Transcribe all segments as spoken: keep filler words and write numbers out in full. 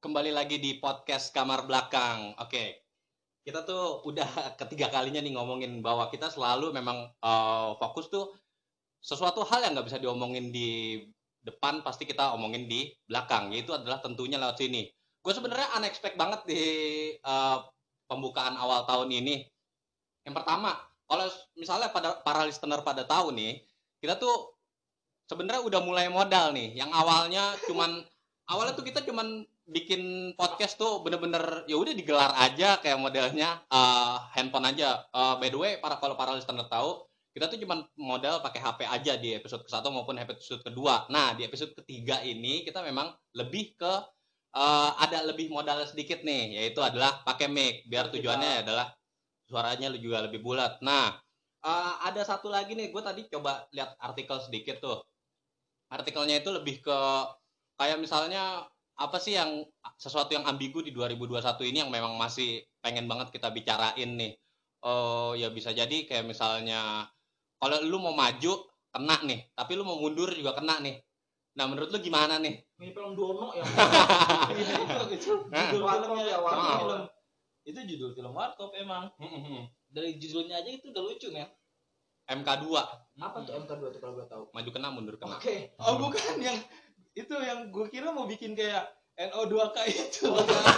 Kembali lagi di podcast Kamar Belakang. Oke, kita tuh udah ketiga kalinya nih ngomongin bahwa kita selalu memang uh, fokus tuh sesuatu hal yang nggak bisa diomongin di depan, pasti kita omongin di belakang. Yaitu adalah tentunya lewat sini. Gue sebenarnya unexpected banget di uh, pembukaan awal tahun ini. Yang pertama, kalau misalnya pada para listener pada tahu nih, kita tuh sebenarnya udah mulai modal nih. Yang awalnya cuman awalnya tuh kita cuman bikin podcast tuh bener-bener ya udah digelar aja kayak modelnya uh, handphone aja. Uh, by the way, para kalau para listener tahu, kita tuh cuman modal pakai H P aja di episode kesatu maupun episode kedua. Nah, di episode ketiga ini kita memang lebih ke uh, ada lebih modal sedikit nih, yaitu adalah pakai mic biar tujuannya adalah suaranya juga lebih bulat. Nah, uh, ada satu lagi nih, gue tadi coba lihat artikel sedikit tuh. Artikelnya itu lebih ke kayak misalnya apa sih yang sesuatu yang ambigu di dua ribu dua puluh satu ini yang memang masih pengen banget kita bicarain nih. Oh, ya bisa jadi kayak misalnya kalau lu mau maju kena nih, tapi lu mau mundur juga kena nih. Nah, menurut lu gimana nih? Ini film Dono ya. itu itu judul filmnya ya, film. Itu judul film Warkop emang. Dari judulnya aja itu udah lucu kan. M K dua. Apa tuh M K dua tuh kalau gue tahu? Maju kena, mundur kena. Oke. Oh, bukan yang itu yang gue kira mau bikin kayak N O dua K itu.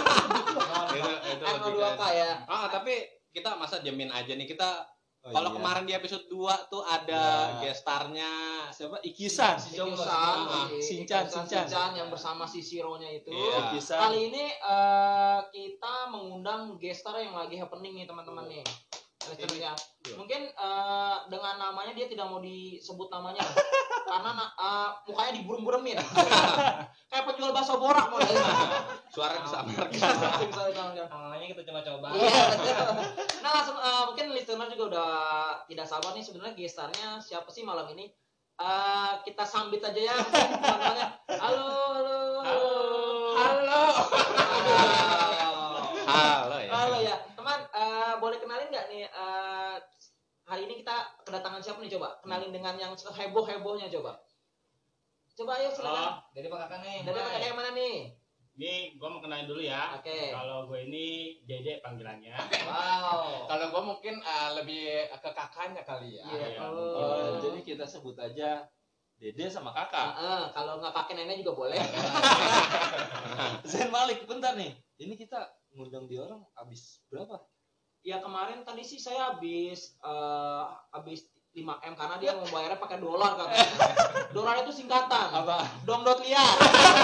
itu itu N O dua K ya. Ah, tapi kita masa jamin aja nih kita Oh, kalau iya. Kemarin di episode dua tuh ada ya. gestarnya Siapa? Ikisan. Ikisan, Sinchan, Sinchan yang bersama si Shiro-nya itu. Iya. Ikisan. Kali ini uh, kita mengundang gestar yang lagi happening nih teman-teman nih. Listenernya. Mungkin uh, dengan namanya dia tidak mau disebut namanya karena uh, mukanya diburem-buremin. Kayak penjual bakso borak modelnya. suara disamarkan. Namanya kita coba-coba. Iya, betul. Nah, langsung uh, mungkin listener juga udah tidak sabar nih sebenarnya gestarnya siapa sih malam ini? Uh, kita sambit aja ya teman-temannya. Halo, halo, halo. Halo. Halo ya. Halo ya. Teman, uh, boleh kenalin nggak nih uh, hari ini kita kedatangan siapa nih coba? Kenalin dengan yang heboh-hebohnya coba. Coba ayo silakan. Oh, dari Pak Kakak nih. Dari kakak yang mana nih? Ini gue mau kenalin dulu ya. Oke. Okay. Kalau gue ini Dede panggilannya. Wow. Kalau gue mungkin uh, lebih ke kakaknya kali ya. Iya. Ya, Oh. Oh, jadi kita sebut aja Dede sama Kakak. Uh, uh, kalau nggak pakai nenek juga boleh. Zain Malik, bentar nih. Ini kita ngundang dia orang habis berapa? Ya kemarin tadi sih saya habis uh, habis lima M karena dia mau bayarnya pakai dolar katanya. Dolar itu singkatan. Apa? Domdot liar.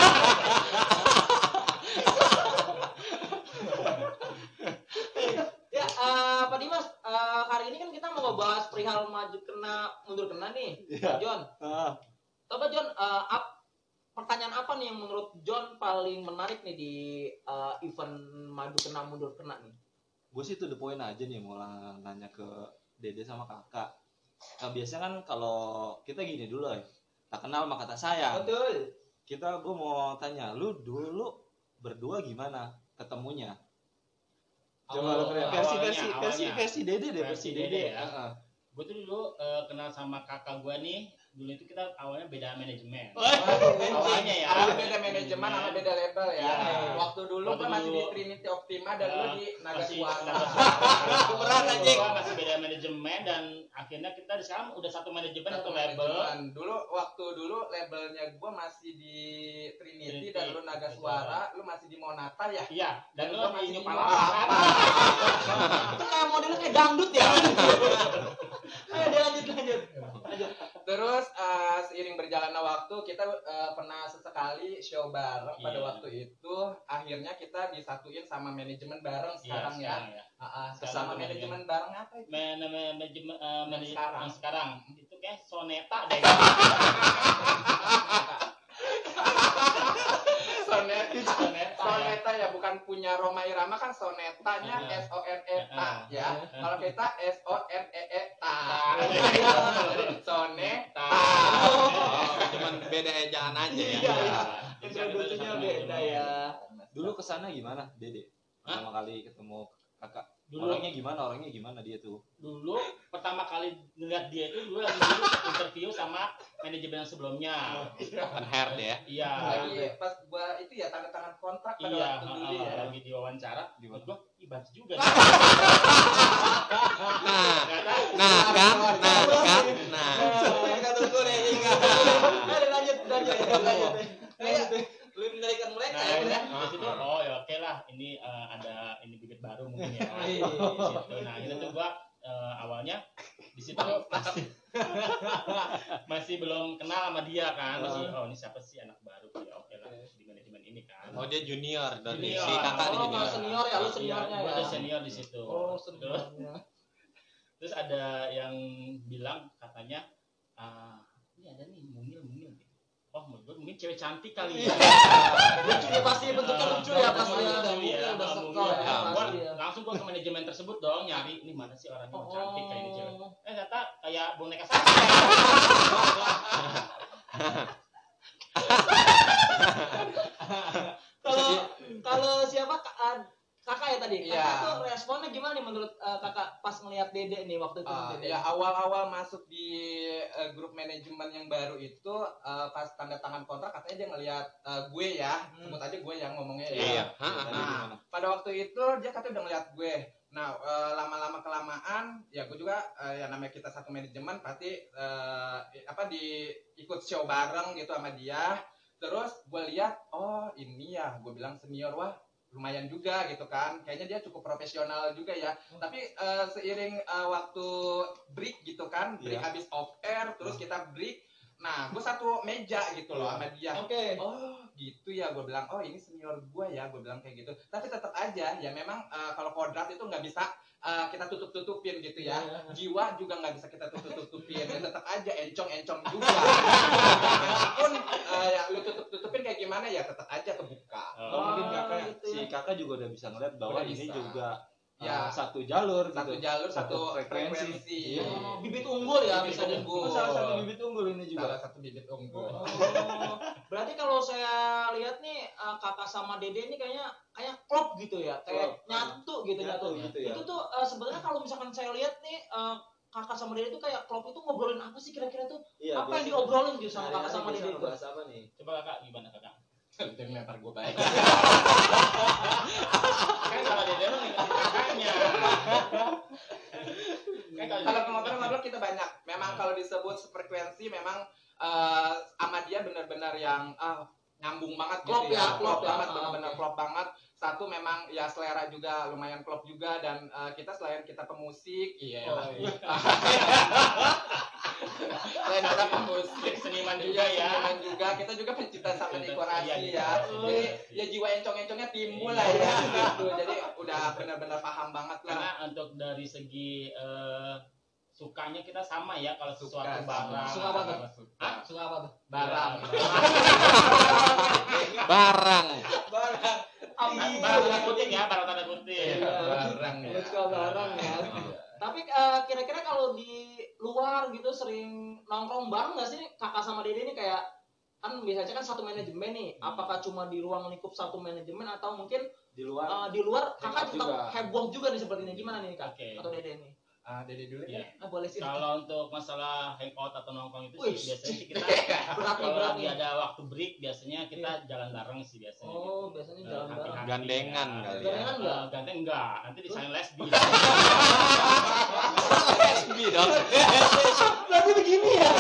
Ya, uh, Pak Dimas, uh, hari ini kan kita mau ngebahas perihal maju kena mundur kena nih, Iya. John. Ah. Coba John, uh, up, pertanyaan apa nih yang menurut John paling menarik nih di uh, event maju kena mundur kena nih? Gue sih to the point aja nih mau nanya ke Dede sama Kakak. Nah, biasanya kan kalau kita gini dulu ya, tak kenal maka tak sayang. Betul. Kita gue mau tanya, lu dulu berdua gimana ketemunya? Coba Awal- lu versi awalnya, versi versi awalnya. versi Dede deh, Versi versi Dede Dede. ya. Heeh. Gue tuh dulu uh, kenal sama kakak gue nih. Dulu itu kita awalnya beda manajemen. Awalnya ya. Ada beda manajemen sama beda label ya. Iya. Waktu dulu Waktu kan masih di dulu. Trinity Optima dan lu di Naga Masih Suara. Naga Suara. Beneran, anjing. Gua masih beda manajemen dan akhirnya kita di sekarang udah satu manajemen Satu satu label. manajemen. Dulu waktu dulu labelnya gua masih di Trinity Trinity. dan lu Naga Suara, lu masih di Monata ya. Iya, dan Dan lo gua masih di di Nyupala. Itu kayak modelnya kayak dangdut ya. Ayo dia lanjut lanjut. Lanjut. Terus uh, seiring berjalannya waktu kita uh, pernah sesekali show bareng pada Iya. waktu itu. Akhirnya kita disatuin sama manajemen bareng Iya, sekarang ya. sekarang ya. Uh, uh, Sekarang sama manajemen. manajemen bareng apa itu? Man- man- manajemen eh, Yang manajemen sekarang. yang sekarang itu kayak Soneta deh. Soneta. Soneta. Soneta ya, bukan punya Roma Irama kan sonetanya Ah. S O N E T A Ah. ya. Kalau kita S O N E E T A. Soneta. Oh, cuman beda ejaan aja ya. Iya. Jadi Introduksinya kita beda sama ya. Dulu kesana gimana, Dede? Pertama kali ketemu Kakak. Dulu Orangnya gimana? Orangnya gimana dia tuh? dulu pertama kali ngeliat dia itu dulu lagi dulu interview sama manajemen yang sebelumnya. Open hair deh ya. Iya. Lagi pas gua itu ya tanda tangan kontrak pada Iya, waktu dulu uh, ya. lagi diwawancara, menurut gua ih bagus juga. Nah, nah kan, nah kan, nah. Kita tunggu deh, Ika. Ayo lanjut, lanjut, lanjut. Kayak lebih menarikan mereka Nah, ya. ya, Udah. di situ oh ya oke lah, ini eh, ada ini bibit baru mungkin ya. Iya. Di situ. Nah, itu tuh gua eh, awalnya di situ masih masih belum kenal sama dia kan. Masih oh ini siapa sih anak baru ya oke lah di manajemen ini kan. Oh dia junior dari Junior. si kakak nih Oh, junior. kalau senior ya, lu Iya, seniornya gua ya. tuh senior di situ. Oh, Terus, seniornya. terus ada yang bilang katanya ah ini ada nih mungil mungil gitu. Oh menurut gua mungkin cewek cantik kali ya. Lucu ya pasti bentuknya lucu ya pas Lucu dia ya, udah mungkin ya, udah oh, sekol mungil. ya Nah, gua pasti ya. langsung gua ke manajemen tersebut dong nyari ini mana sih orangnya yang cantik kayak ini cewek. Oh. Eh ternyata kayak boneka sapi. Kalau kalau siapa Ka- ah, kakak ya tadi? Iya. Kakak tuh responnya gimana nih menurut eh, kakak pas ngelihat Dede nih waktu itu? Ah, Dede? ya awal-awal masuk di eh, grup manajemen yang baru itu eh, pas tanda tangan kontrak katanya dia ngelihat eh, gue ya, Hmm. sebut aja gue yang ngomongnya ya. Iya. Hah, hah. Nah, pada waktu itu dia katanya udah ngeliat gue. Nah, eh, lama-lama kelamaan, ya gue juga eh, ya namanya kita satu manajemen pasti eh, apa di ikut show bareng gitu sama dia. Terus gue lihat, oh ini ya, gue bilang senior wah lumayan juga gitu kan. Kayaknya dia cukup profesional juga ya. Tapi eh, seiring eh, waktu break gitu kan, break Iya. habis off air, terus kita break. Nah, gue satu meja gitu loh sama dia. Oke. Oh gitu ya, gue bilang oh ini senior gue ya, gue bilang kayak gitu. Tapi tetap aja ya memang eh, kalau kodrat itu nggak bisa eh, kita tutup tutupin gitu ya. Iya. Jiwa juga nggak bisa kita tutup tutupin. Ya, tetap aja encong encong juga. Meskipun eh, ya lu tutup tutupin kayak gimana ya tetap aja kebuka. Oh, mungkin Oh, kakak gitu si ya. kakak juga udah bisa ngeliat bahwa Udah ini bisa. juga Ya. uh, satu jalur Satu gitu. jalur Satu satu frekuensi. frekuensi. Iya. Oh, bibit unggul ya Bibit bisa di unggul. Oh, salah satu bibit unggul ini juga. Salah satu bibit unggul. Oh, berarti kalau saya lihat nih eh, kakak sama Dede ini kayaknya kayak klop gitu ya, kayak Klop. nyatu gitu nyatu. Nyatu gitu ya. Itu tuh eh, sebenarnya kalau misalkan saya lihat nih eh, kakak sama Dede itu kayak klop itu ngobrolin apa sih kira-kira tuh? Iya, apa yang biasanya. diobrolin gitu sama Hari-hari kakak sama biasanya Dede itu? ngebahas apa nih? Coba kakak gimana kakak? Jangan lempar gue baik. Kan kalau dia memang ngikutin kakaknya. Kan kalau Kalau ngobrol-ngobrol kita banyak. Memang kalau disebut frekuensi memang eh, sama dia benar-benar yang ah, nyambung banget Klop gitu ya, ya. klop ya. banget, Ah, benar-benar oke. klop banget. Satu memang ya selera juga lumayan klop juga dan eh, kita selain kita pemusik, iya. Oh, iya. Selain kita pemusik, seniman juga ya. seniman juga, kita juga pencipta sama Iya, dekorasi iya, ya. dekorasi. Jadi ya jiwa encong-encongnya timbul lah ya gitu. Jadi udah benar-benar paham banget lah. Karena untuk dari segi eh, sukanya kita sama ya kalau sesuatu Suka, barang. Suka apa tuh? Suka. Hah? Suka apa tuh? Barang. Barang. Barang. Ambi. Barang tanda kutip ya, barang tanda kutip. Iya. Barang ya. Lu suka barang ya. Tapi eh, kira-kira kalau di luar gitu sering nongkrong bareng nggak sih kakak sama Dede ini kayak kan biasanya kan satu manajemen nih. Apakah cuma di ruang lingkup satu manajemen atau mungkin Di luar. eh, di luar kakak Hangout tetap juga. heboh juga nih seperti ini. Gimana nih kak? Oke. Atau Dede nih? Ah, Dede dulu Iya. ya. Ah, boleh sih. Kalau untuk masalah hangout atau nongkrong itu Wih, sih biasanya sih kita berat nih kalau berat lagi nih. ada waktu break biasanya kita jalan bareng sih biasanya. Oh biasanya jalan Eh, bareng. hati-hati Gandengan ya. kali ya. Gandengan enggak? Eh, Gandeng enggak, nanti disayang lesbi. Lesbi dong. Berarti begini ya?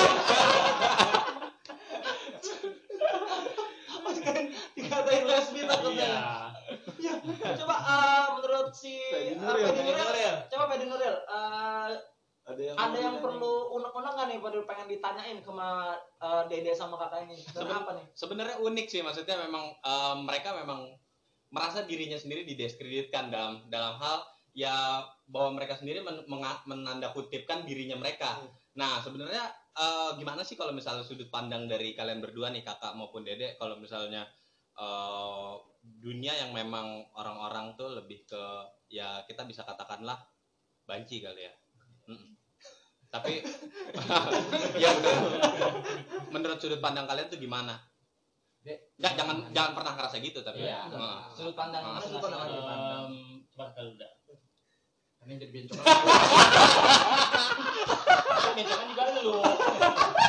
Dikatain lesbi takutnya. Iya. Ya, coba eh, menurut si Pedi eh, Nuril, Pedi Pedi Nuril, coba Pedi Nuril, eh, Ada yang ada yang mau perlu unek-unek nggak nih, pada pengen ditanyain ke ma- eh, Dede sama kakak ini? Dan Seben- apa nih? Sebenarnya unik sih, maksudnya memang eh, mereka memang merasa dirinya sendiri didiskreditkan dalam dalam hal ya bahwa mereka sendiri men, menga- menandakutipkan dirinya mereka. Hmm. Nah sebenarnya eh, gimana sih kalau misalnya sudut pandang dari kalian berdua nih kakak maupun Dede, kalau misalnya eh, dunia yang memang orang-orang tuh lebih ke ya kita bisa katakanlah banci kali ya. Mm-mm. Tapi ya menurut sudut pandang kalian tuh gimana? Dek, Ya, jangan jangan pernah ngerasa gitu tapi. Iya. Nah. Sudut pandang Ah, mana sudut sudut pandang pandang. mana? Em, coba kalau udah. Ini jadi bencong. Benjokan juga lu.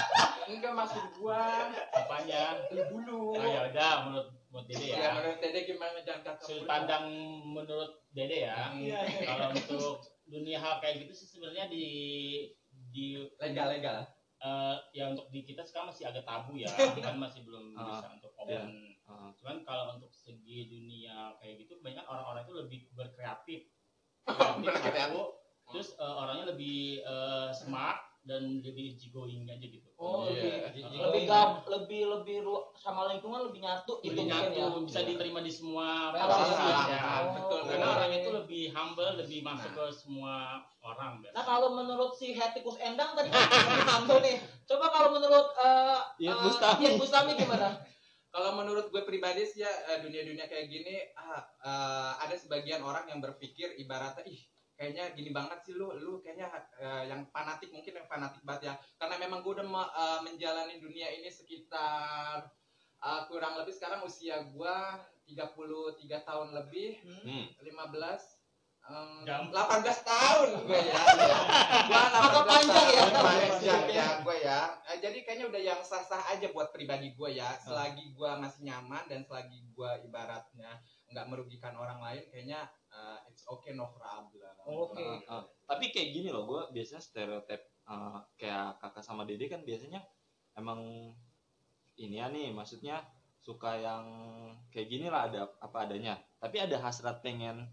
Enggak maksud gua Apanya? lu dulu. Oh ya udah, menurut menurut Dede Ya, ya. menurut Dede gimana jangan kakak Sudut dulu. pandang menurut Dede ya. Iya. Kalau untuk dunia hal kayak gitu sih sebenarnya di di Legal legal. eh, ya untuk di kita sekarang masih agak tabu ya, kan masih belum Ah, bisa untuk open. Ah, Cuman kalau untuk segi dunia kayak gitu, banyak orang-orang itu lebih berkreatif. Kreatif Berkreatif. satu, terus eh, orangnya lebih eh, smart dan lebih easygoing aja gitu. Oh, Iya. lebih Iya. lebih gam, lebih lebih ru- sama lingkungan lebih nyatu gitu Lebih mungkin nyatu, ya. bisa Iya. diterima di semua Orang posisi orang, ya. orang, betul. Karena Oke. orang itu lebih humble, lebih masuk Nah. ke semua orang. biasa. Nah kalau menurut si Hetikus Endang tadi kan lebih humble nih. Coba kalau menurut eh Iyeth eh, Bustami. Iyeth Bustami gimana? Kalau menurut gue pribadi sih ya eh, dunia-dunia kayak gini ah, eh, ada sebagian orang yang berpikir ibaratnya ih kayaknya gini banget sih lu lu kayaknya eh, yang fanatik mungkin yang fanatik banget ya karena memang gue udah me- eh, menjalani dunia ini sekitar eh, kurang lebih sekarang usia gue tiga puluh tiga tahun lebih Hmm. lima belas em, Jam. delapan belas tahun gue ya. Gua Agak panjang ya. Panjang ya gue ya. Eh, Jadi kayaknya udah yang sah-sah aja buat pribadi gue ya. Selagi gue masih nyaman dan selagi gue ibaratnya nggak merugikan orang lain, kayaknya eh, it's okay no problem. Oke. ah. Tapi kayak gini loh, gue biasanya stereotip eh, kayak kakak sama Dede kan biasanya emang ini ya nih, maksudnya suka yang kayak gini lah, ada apa adanya. Tapi ada hasrat pengen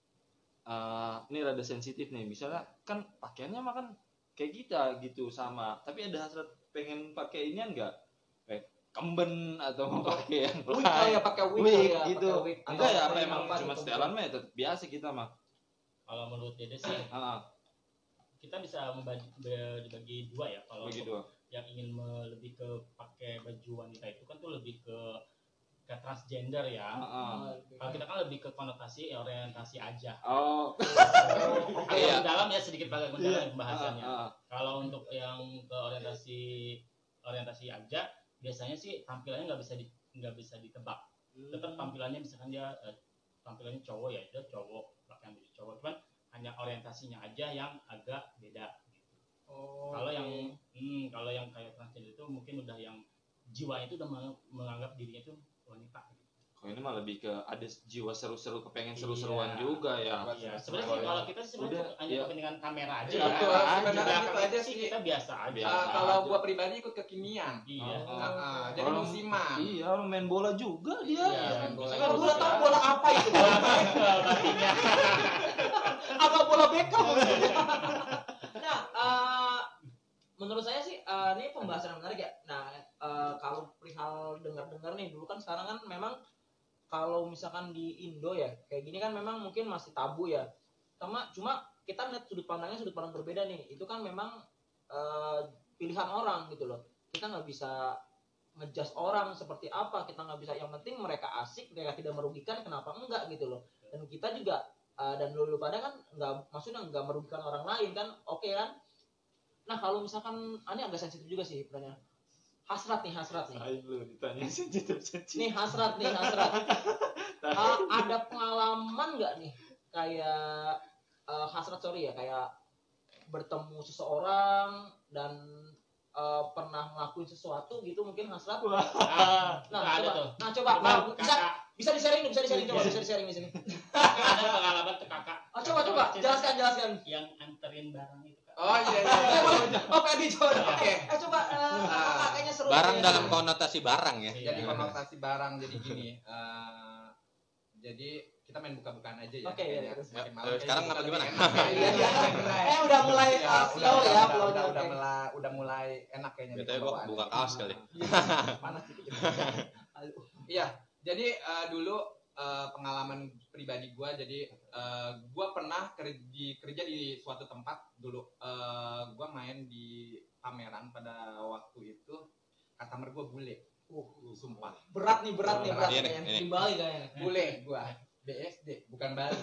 eh ini rada sensitif nih, misalnya kan pakaiannya mah kan kayak kita gitu sama, tapi ada hasrat pengen pakai inian enggak, kayak kemben atau mau pakai yang Wig lain, ya pakai wig, wig ya, gitu. pakai wig. Enggak ya, Atau apa emang apa cuma gitu. setelan mah ya tetap biasa kita mah. Kalau menurut Dede sih, Heeh, kita bisa membagi be- dibagi dua ya. Kalau begitu. untuk yang ingin me- lebih ke pakai baju wanita itu kan tuh lebih ke ke transgender ya. Heeh. Kalau kita kan lebih ke konotasi orientasi aja. Oh, Agak Iya. mendalam ya, sedikit agak mendalam pembahasannya. Heeh. Kalau untuk yang ke orientasi orientasi aja, biasanya sih tampilannya nggak bisa di, nggak bisa ditebak. Tetap tampilannya misalkan dia eh, tampilannya cowok ya, dia cowok, pakaian baju cowok, cuman hanya orientasinya aja yang agak beda. Gitu. Oh, Kalau yang hmm, kalau yang kayak transgender itu mungkin udah yang jiwanya itu udah meng- menganggap dirinya itu wanita. Gitu. Kalau ini mah lebih ke ada jiwa seru-seru, kepengen Iya. seru-seruan juga ya. Iya, sebenarnya sih kalau kita sih sebenarnya Udah, tuh hanya iya. kepentingan kamera aja Iya, ya. betul. Aja. Sebenarnya Di gitu belakang aja itu sih. kita biasa aja. Biasa. Ah, kalau aja. gua pribadi ikut kekinian. Iya. Oh. Ah, ah, jadi Orang- musiman. Iya, orang main bola juga dia. Iya, main bola. Kan bola tahu bola apa itu? Bola batinnya. Apa bola Beckham mungkin? Nah, eh, menurut saya sih eh, ini pembahasan yang menarik ya. Nah, eh, kalau perihal dengar-dengar nih dulu kan sekarang kan memang kalau misalkan di Indo ya kayak gini kan memang mungkin masih tabu ya. Sama cuma kita lihat sudut pandangnya sudut pandang berbeda nih. Itu kan memang eh, pilihan orang gitu loh. Kita nggak bisa ngejudge orang seperti apa, kita nggak bisa, yang penting mereka asik, mereka tidak merugikan, kenapa enggak gitu loh. Dan kita juga uh, dan dulu pada kan nggak, maksudnya nggak merugikan orang lain kan, oke kan. Nah kalau misalkan ah, ini agak sensitif juga sih sebenarnya, hasrat nih hasrat nih Ayo lu ditanya sensitif-sensitif. nih hasrat nih hasrat Uh, ada pengalaman nggak nih kayak uh, hasrat sorry ya kayak bertemu seseorang dan uh, pernah ngelakuin sesuatu gitu mungkin hasrat. Nah, Nah, ada coba, tuh. nah coba, Coba, nah, bisa kakak. bisa di sharing, bisa di sharing coba, bisa di sharing di sini. Ada pengalaman tuh kakak. Oh, coba coba, jelaskan jelaskan. Yang anterin barang itu kak. Oh iya iya. Eh, iya. boleh. Oh, Pedi coba. Oke. Eh coba, eh, Ah. kayaknya seru. Barang nih. dalam konotasi barang ya. Iya. Jadi konotasi barang jadi gini. eh, jadi kita main buka-bukaan aja ya. Oke, iya, kayaknya. terus. Makin Ya, malam eh, sekarang kayaknya apa kita gimana? lebih enak kayaknya. Iya, iya. Mulai. Eh udah mulai Ya, uh, udah, slow udah, ya, udah, flow udah, oke. udah mulai udah mulai enak kayaknya. Betulnya gua pembawaannya. buka kaos kali. Panas dikit. Aduh. Iya, jadi eh, dulu eh, pengalaman pribadi gua jadi eh, gua pernah kerja di, kerja di suatu tempat dulu. Eh, gua main di pameran pada waktu itu, customer gua bule. Uh, sumpah. Berat nih, berat nih, berat Iya nih, kayaknya. ini. Di Bali kayaknya. Bule gua. B S D, bukan Bali.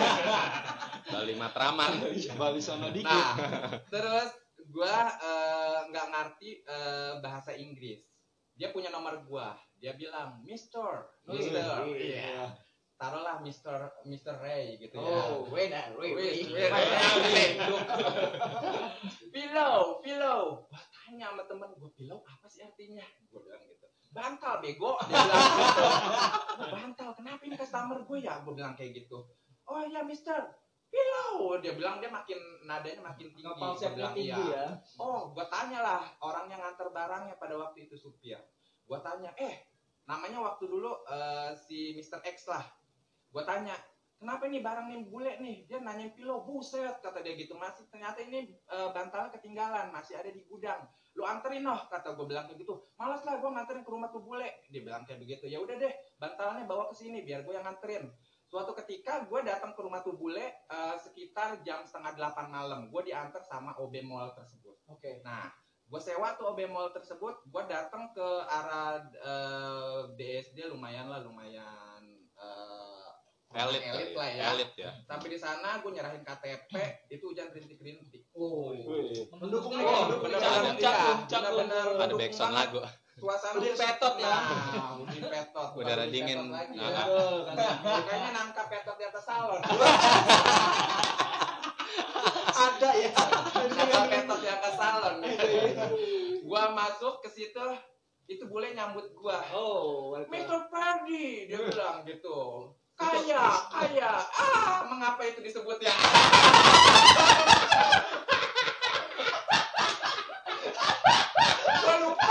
Bali Matraman. Bali sono dikit. Nah, terus gua eh, nggak ngerti eh, bahasa Inggris. Dia punya nomor gua. Dia bilang, Mister, Mister, iya. Taruhlah Mister Mister Ray gitu ya. Oh, wait, nah, wait, wait. Wait, wait, wait, wait. Pillow, pillow. What tanya sama temen gue, pilau apa sih artinya? Gue bilang gitu. Bantal bego, dia bilang gitu. Bantal, kenapa ini customer gue ya? Gue bilang kayak gitu. Oh ya mister, pilau. Dia bilang dia makin nadanya makin tinggi. Kapal Gue bilang tinggi iya. ya. Oh, gue tanya lah orang yang nganter barangnya pada waktu itu supir. Gue tanya, eh namanya waktu dulu uh, si mister X lah. Gue tanya, kenapa ini barang nih bule nih? Dia nanyain pilau, buset kata dia gitu. Masih ternyata ini uh, bantalnya ketinggalan, masih ada di gudang. Lu anterin noh, kata gue bilang kayak gitu. Malas lah gue nganterin ke rumah tuh bule. Dia bilang kayak begitu. Ya udah deh, bantalnya bawa ke sini biar gue yang nganterin. Suatu ketika gue datang ke rumah tuh bule uh, sekitar jam setengah delapan malam. Gue diantar sama O B Mall tersebut. Oke. Okay. Nah, gue sewa tuh O B Mall tersebut. Gue datang ke arah uh, B S D lumayan lah, lumayan uh, elit, elit ya. lah ya. Elit ya. Sampai di sana gue nyerahin K T P, itu hujan rintik-rintik. Oh, mendukung nih, oh, mendukung bener-bener puncak, iya, puncak, bener-bener Ada mendukung backsound banget. lagu. Suasana Udin petot ya. Nah, udin petot. Udara Udin dingin. petot lagi, Nah, ya. ah. Kayaknya nangkap petot di atas salon. Ada ya. Nangkap petot di atas salon. Gua masuk ke situ, itu boleh nyambut gua. Oh, mister Pardi, dia bilang gitu. Kaya, kaya. Ah, mengapa itu disebut ya? Gua lupa.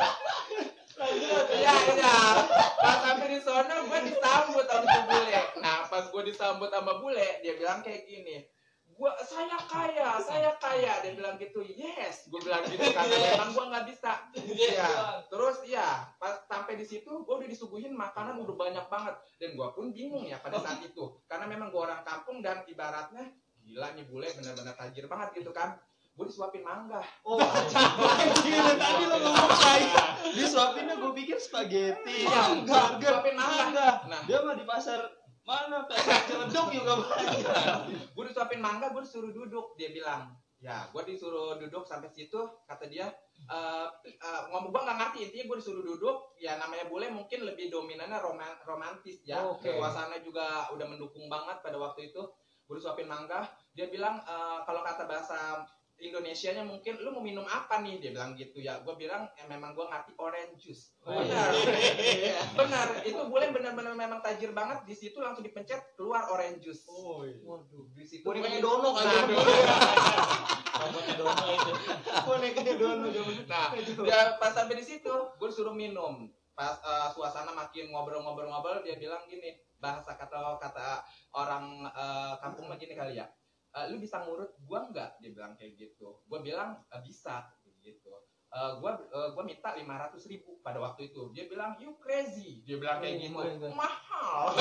Iya, iya. Pas sampai di sana gua disambut sama tuh bule. Nah, pas gua disambut sama bule, dia bilang kayak gini. Gua saya kaya, saya kaya. Dia bilang gitu. Yes, gua bilang gitu karena memang gua nggak bisa. Iya. Terus ya, pas sampai di situ gua udah disuguhin makanan udah banyak banget dan gua pun bingung ya pada saat itu. Karena memang gua orang kampung dan ibaratnya gila nih bule benar-benar tajir banget gitu kan. Gue disuapin mangga. Oh, gila tadi lo ngomong saya. Disuapinnya gue pikir spaghetti. Iya, enggak, disuapin mangga. Nah, dia mah di pasar mana? Pasar Ciledug juga banyak. Gue disuapin mangga, gue disuruh duduk. Dia bilang, ya, gue disuruh duduk sampai situ. Kata dia, uh, uh, ngomong gue nggak ngerti intinya gue disuruh duduk. Ya namanya bule mungkin lebih dominannya roman romantis ya. Okay. Suasana juga udah mendukung banget pada waktu itu. Gue disuapin mangga. Dia bilang uh, kalau kata bahasa Indonesianya mungkin lu mau minum apa nih, dia bilang gitu ya. Gue bilang ya memang gue ngerti orange juice. Oh, benar. iya. Benar, itu boleh benar-benar memang tajir banget. Di situ langsung dipencet keluar orange juice. Oh, iya. Waduh, di situ bonekanya dono kan. Robotnya dono itu. Bonekanya dono. Nah, ya pas sampai di situ, gue disuruh minum. Pas uh, suasana makin ngobrol-ngobrol-ngobrol, dia bilang gini, bahasa kata kata orang uh, kampung mah gini kali ya. Uh, lu bisa ngurut gua enggak? Dia bilang kayak gitu. Gua bilang uh, bisa gitu. Uh, gua uh, gua minta lima ratus ribu pada waktu itu. Dia bilang you crazy. Dia bilang kayak gitu. Mahal.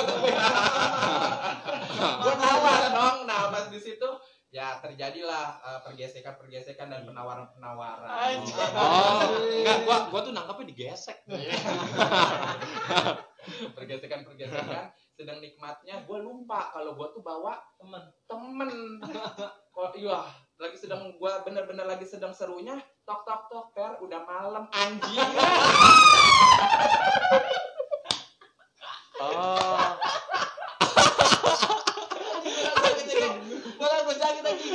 Gua nawar dong. Nah, pas di situ ya terjadilah uh, pergesekan-pergesekan dan penawaran-penawaran. Oh, enggak, gua gua tuh nangkapnya digesek. Pergesekan-pergesekan sedang nikmatnya gue lupa kalau gue tuh bawa Temen. temen kok iya lagi sedang gue bener-bener lagi sedang serunya tok tok tok per udah malam anjing. Oh. Gue langsung sakit lagi.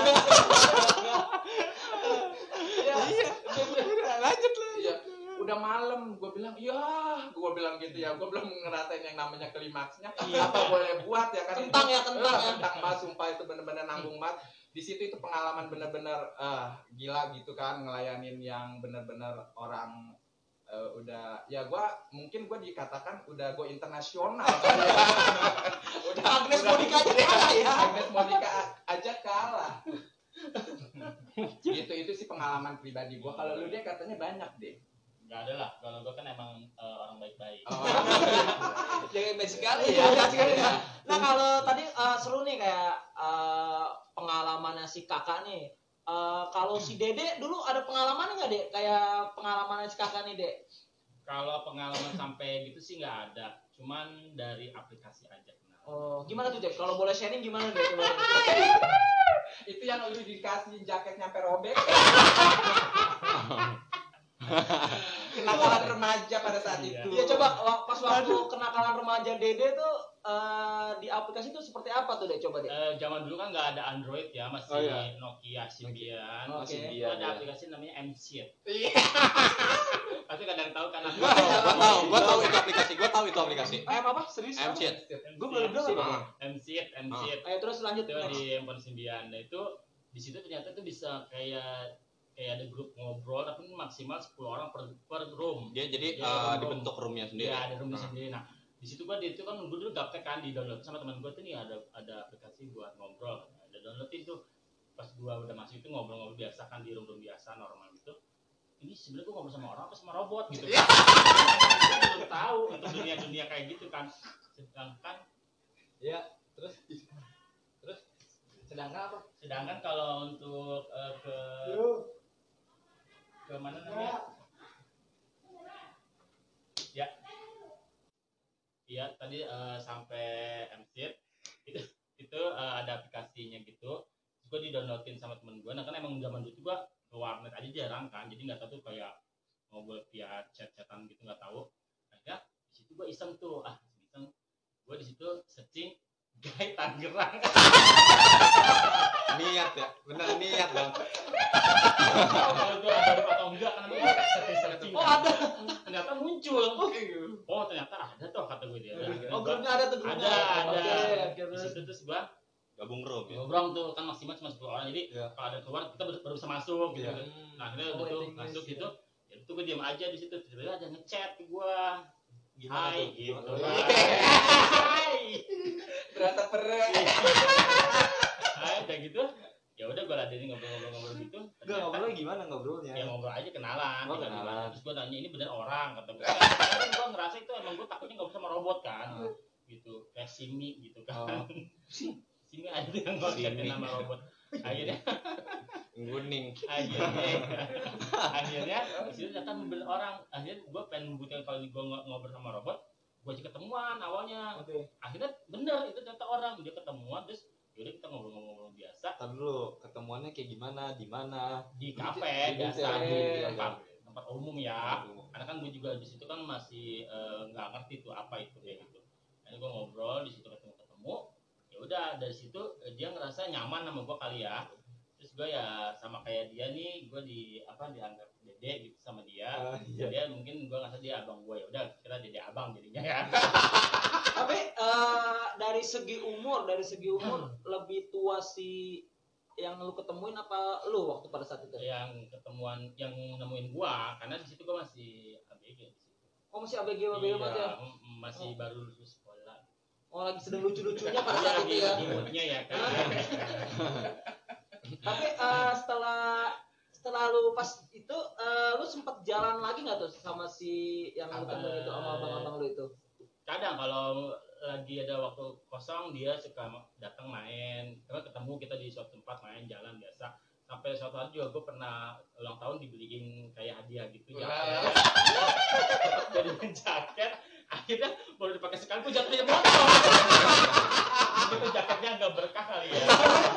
Iya, lanjut lah. Iya, udah malam gue bilang iya gue bilang gitu ya, gue belum ngerasain yang namanya klimaksnya. Iya. Apa boleh buat ya kan? Kentang ya, kentang ya. Kentang mas, sumpah itu bener-bener nanggung banget. Di situ itu pengalaman bener-bener uh, gila gitu kan, ngelayanin yang bener-bener orang uh, udah ya gue mungkin gue dikatakan udah gue internasional. Ya. Udah Agnes Monica aja kalah ya. Agnes Monica aja kalah. Gitu itu sih pengalaman pribadi gue. Kalau lu dia katanya banyak deh. Gak ada lah, kalau gue kan emang uh, orang baik-baik. Oh. Jangan baik sekali ya. Nah kalau tadi uh, seru nih kayak uh, pengalamannya si kakak nih. Uh, kalau si Dede dulu ada pengalaman nggak dek? Kayak pengalamannya si kakak nih dek? Kalau pengalaman sampai gitu sih nggak ada, cuman dari aplikasi aja kenal. Oh gimana tuh dek? Kalau boleh sharing gimana dek? Itu yang lu dikasih jaket nyampe robek. Kenakalan remaja pada saat Iya. itu. Iya coba wa- pas waktu kenakalan remaja Dede tuh eh, di aplikasi itu seperti apa tuh deh coba deh. Eh, zaman dulu kan nggak ada Android ya, masih Oh, iya. Nokia Symbian. Oke. Masih Itu dia. ada ya. aplikasi namanya M C. Iya. Pasti kadang tahu kan. Gua tahu, gua tahu, gua tahu itu aplikasi, gua tahu itu aplikasi. Eh apa? Serius? M C. Gue baru dengar. Ah. M C, M C. Ayo terus lanjut. Itu next. di handphone Symbian. Nah itu di situ ternyata tuh bisa kayak kayak ada grup ngobrol tapi maksimal sepuluh orang per, per room. Dia jadi Iya, eh, room. dibentuk roomnya sendiri. Iya, ada roomnya Ah. sendiri. Nah, di situ gua di itu kan gua dulu gaptek kan di download sama teman gua tuh nih ada ada aplikasi buat ngobrol. Ada download itu pas gua udah masuk itu ngobrol-ngobrol biasa kan di room-room biasa normal gitu. Ini sebenarnya gua ngobrol sama orang apa sama robot gitu. Kan. Gua belum tahu untuk dunia-dunia kayak gitu kan. Sedangkan Ya, terus terus sedangkan apa? sedangkan kalau untuk eh, ke ke mana namanya? Ya. Iya, tadi eh, sampai M C itu itu eh, ada aplikasinya gitu. Terus gue di-downloadin sama temen gue. Nah kan emang zaman dulu tuh gue ke warnet aja jarang kan. Jadi nggak tahu tuh kayak ngobrol via chat-chatan gitu nggak tahu. Akhirnya di situ gue iseng tuh, ah iseng. Gue di situ searching Guy Tangerang. Niat ya, bener niat dong. Kalau itu ada atau enggak kan namanya searching. Oh ada. Ternyata muncul. Oh ternyata ada tuh kata gue dia. Akhirnya Oh gua- grupnya ada tuh grupnya. ada ada. Oke, oke, Di terus. situ terus gua Gabung room ya. ngobrol tuh kan maksimal cuma sepuluh orang. Jadi Iya. kalau ada keluar kita baru, baru bisa masuk gitu. Iya. Nah, akhirnya Oh, udah tuh waiting masuk list, gitu. Ya itu gue diam aja di situ. Tiba-tiba ada ngechat ke gua. Gimana Hai tuh? gitu. Iya. Hai. Berasa perut. Hai udah gitu. Ya udah gua ladenin ngobrol-ngobrol gitu. Enggak Ternyata- ngobrolnya gimana ngobrolnya? ya ngobrol aja kenalan, Oh, tinggal kenalan. gimana. Terus gue nanya ini bener orang kata gue. Kan gue ngerasa itu emang gue takutnya ngobrol sama robot kan, Hmm. gitu kayak Simi gitu kan. Oh. Simi ada yang ngomongin Simi. nama robot. Akhirnya, Kuning. akhirnya, akhirnya di situ ternyata bener orang. Akhirnya gue pengen membuktikan kalau gue ngobrol sama robot, gue aja ketemuan awalnya. Oke. Akhirnya bener itu ternyata orang dia ketemuan terus yaudah kita ngobrol-ngobrol biasa Tar dulu, ketemuannya kayak gimana, di mana? di kafe Di biasa kafe. di tempat tempat umum ya. Aduh. Karena kan gue juga di situ kan masih eh, nggak ngerti tuh apa itu kayak gitu. Akhirnya gue ngobrol di situ ketemu ketemu. Ya udah dari situ eh, dia ngerasa nyaman sama gue kali ya. Terus gue ya sama kayak dia nih, gue di apa dianggap dede gitu sama dia. Ah, iya. Dia mungkin gue ngerasa dia abang gue, ya udah kira dede abang jadinya ya. Tapi eh, dari segi umur, dari segi umur lebih tua si yang lu ketemuin apa lu waktu pada saat itu? Yang ketemuan yang nemuin gue, karena di situ gue masih A B G di situ. Oh masih A B G A B G banget ya? Iya, m- masih baru lulus sekolah. Oh lagi sedang lucu-lucunya pada Iya, saat itu di- ya. di moodnya ya kan. Tapi eh, setelah setelah lu pas itu eh, lu sempet jalan lagi nggak tuh sama si yang lu Abang. temuin itu sama abang-abang lu itu? Kadang kalau lagi ada waktu kosong dia suka datang main, kita ketemu kita di suatu tempat main jalan biasa. Sampai suatu hari juga gue pernah ulang tahun dibeliin kayak hadiah gitu jaket. Jadi jaket, akhirnya baru dipakai sekali gue jatuhnya motor. Itu jaketnya nggak berkah kali ya.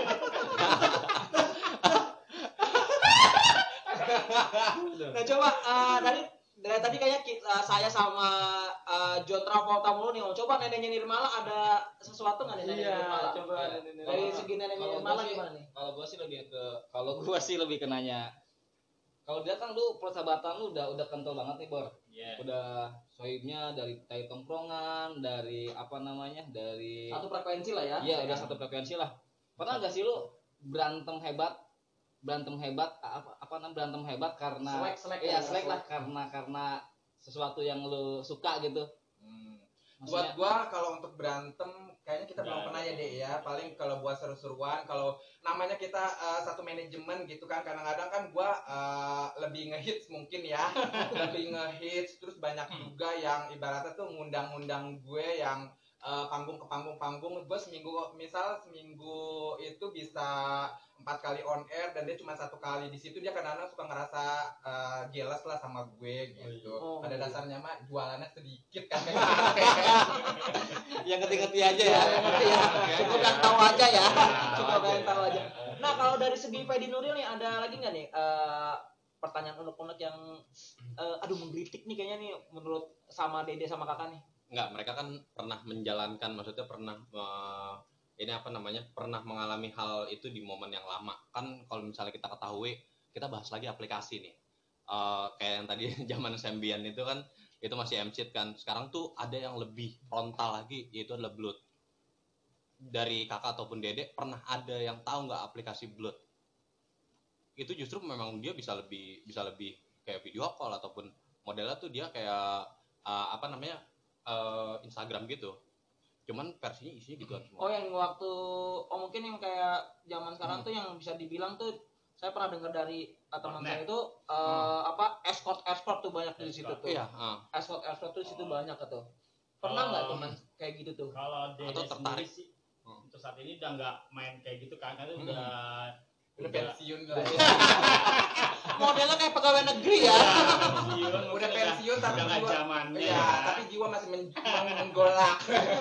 Nah coba eh, dari dari tadi kayaknya ki- eh, saya sama eh, John Travolta mulu nih. Coba neneknya Nirmala ada sesuatu nggak nih neneknya Nirmala? coba Iya. nenek-nenek. Dari Kalau- segi neneknya kalau Nirmala gua sih- gimana nih? Kalau gue sih lebih ke kalau gue sih lebih ke nanya. Kalau dia kan lu persahabatan lu udah udah kental banget nih Bor. Iya. Udah sohibnya dari dari tongkrongan, dari apa namanya? Dari Satu frekuensi lah ya. Iya, udah satu frekuensi lah. Pernah gak sih lu berantem hebat? Berantem hebat apa apa namanya berantem hebat karena Selek, selek iya, ya, selek lah selek. karena karena sesuatu yang lu suka gitu. Hmm. Maksudnya Buat gua kalau untuk berantem kayaknya kita belum Nggak pernah ada. ya deh ya. Paling kalau buat seru-seruan, kalau namanya kita eh, satu manajemen gitu kan, kadang-kadang kan gua eh, lebih ngehits mungkin ya, lebih ngehits. Terus banyak juga yang ibaratnya tuh ngundang-ngundang gue yang eh, panggung ke panggung-panggung. Gue seminggu, misal seminggu itu bisa empat kali on air dan dia cuma satu kali di situ, dia kadang-kadang suka ngerasa eh, jealous lah sama gue gitu. Oh, Pada iya. dasarnya mah jualannya sedikit kan. Yang ngerti-ngerti aja ya. Ngerti ya. Cukup yang tahu aja ya. Cukup aja. yang tahu aja. Nah kalau dari segi Fedi Nuril nih ada lagi nggak nih eh, pertanyaan unek-unek yang uh, aduh menggelitik nih kayaknya nih menurut sama Dede sama kakak nih. Enggak, mereka kan pernah menjalankan, maksudnya pernah uh, ini apa namanya, pernah mengalami hal itu di momen yang lama. Kan kalau misalnya kita ketahui, kita bahas lagi aplikasi nih. Uh, kayak yang tadi zaman Symbian itu kan, itu masih M C kan. Sekarang tuh ada yang lebih frontal lagi, yaitu adalah Blood. Dari kakak ataupun Dede, pernah ada yang tahu nggak aplikasi Blood? Itu justru memang dia bisa lebih bisa lebih kayak video call ataupun modelnya tuh dia kayak uh, apa namanya uh, Instagram gitu. Cuman versinya isinya gituan semua. Oh yang waktu, oh mungkin yang kayak zaman sekarang hmm. tuh yang bisa dibilang tuh, saya pernah dengar dari uh, teman saya itu uh, hmm. apa escort escort tuh banyak di situ tuh. Iya. Uh. Escort escort tuh di situ oh. banyak tuh. Pernah nggak uh, teman kayak gitu tuh? Kalau atau tertarik sih, hmm. untuk saat ini udah nggak main kayak gitu kan, karena hmm. udah udah pensiun lah. Modelnya kayak pegawai negeri ya. Pensiun, udah pensiun tapi udah nggak zamannya. Ya, tapi jiwa masih men- menggolak.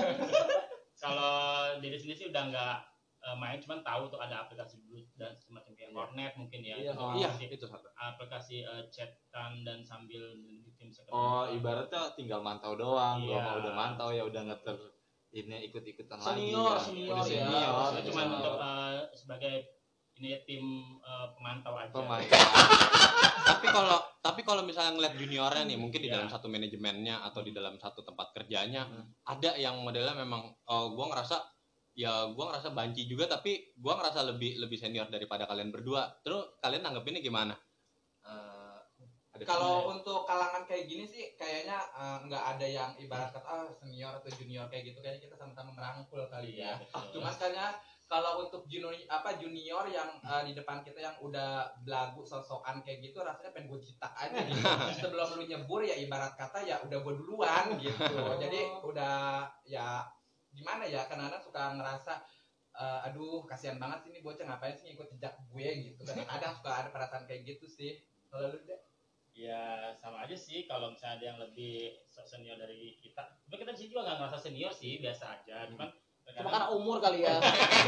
Kalau diri sendiri sih udah nggak uh, main, cuman tahu tuh ada aplikasi Blue dan semacam kayak Hornet mungkin ya. Iya, oh, aplikasi, iya itu satu. Aplikasi uh, chatan dan sambil di tim sekretariat. Oh, ibaratnya tinggal mantau doang. Iya. Gua udah mantau ya udah ngeter ini ikut-ikutan senior, lagi. Senior, udah senior, senior. Ya. Cuma untuk uh, sebagai ini ya, tim uh, pemantau aja. Pemantau. tapi kalau tapi kalau misalnya ngeliat juniornya nih, mungkin di ya. dalam satu manajemennya atau di dalam satu tempat kerjanya, hmm. ada yang modelnya memang oh, gue ngerasa ya gue ngerasa banci juga, tapi gue ngerasa lebih lebih senior daripada kalian berdua. Terus kalian nanggepinnya gimana? Uh, kalau untuk kalangan kayak gini sih kayaknya uh, nggak ada yang ibarat kata ah, senior atau junior kayak gitu, kayaknya kita sama-sama merangkul kali ya. Betul. Cuma kayaknya kalau untuk junior apa junior yang uh, di depan kita yang udah belagu sosokan kayak gitu, rasanya pengen gue citak aja gitu. Sebelum lu nyebur ya ibarat kata ya udah gue duluan gitu. Jadi udah ya gimana ya, kadang-kadang suka ngerasa uh, aduh kasihan banget sih ini bocah ngapain sih ngikut jejak gue gitu. Kadang-kadang suka ada perasaan kayak gitu sih. Kalau lu deh? Ya sama aja sih kalau misalnya ada yang lebih senior dari kita. Tapi kita di sini juga nggak ngerasa senior sih, biasa aja. Cuman cuma karena umur kali ya.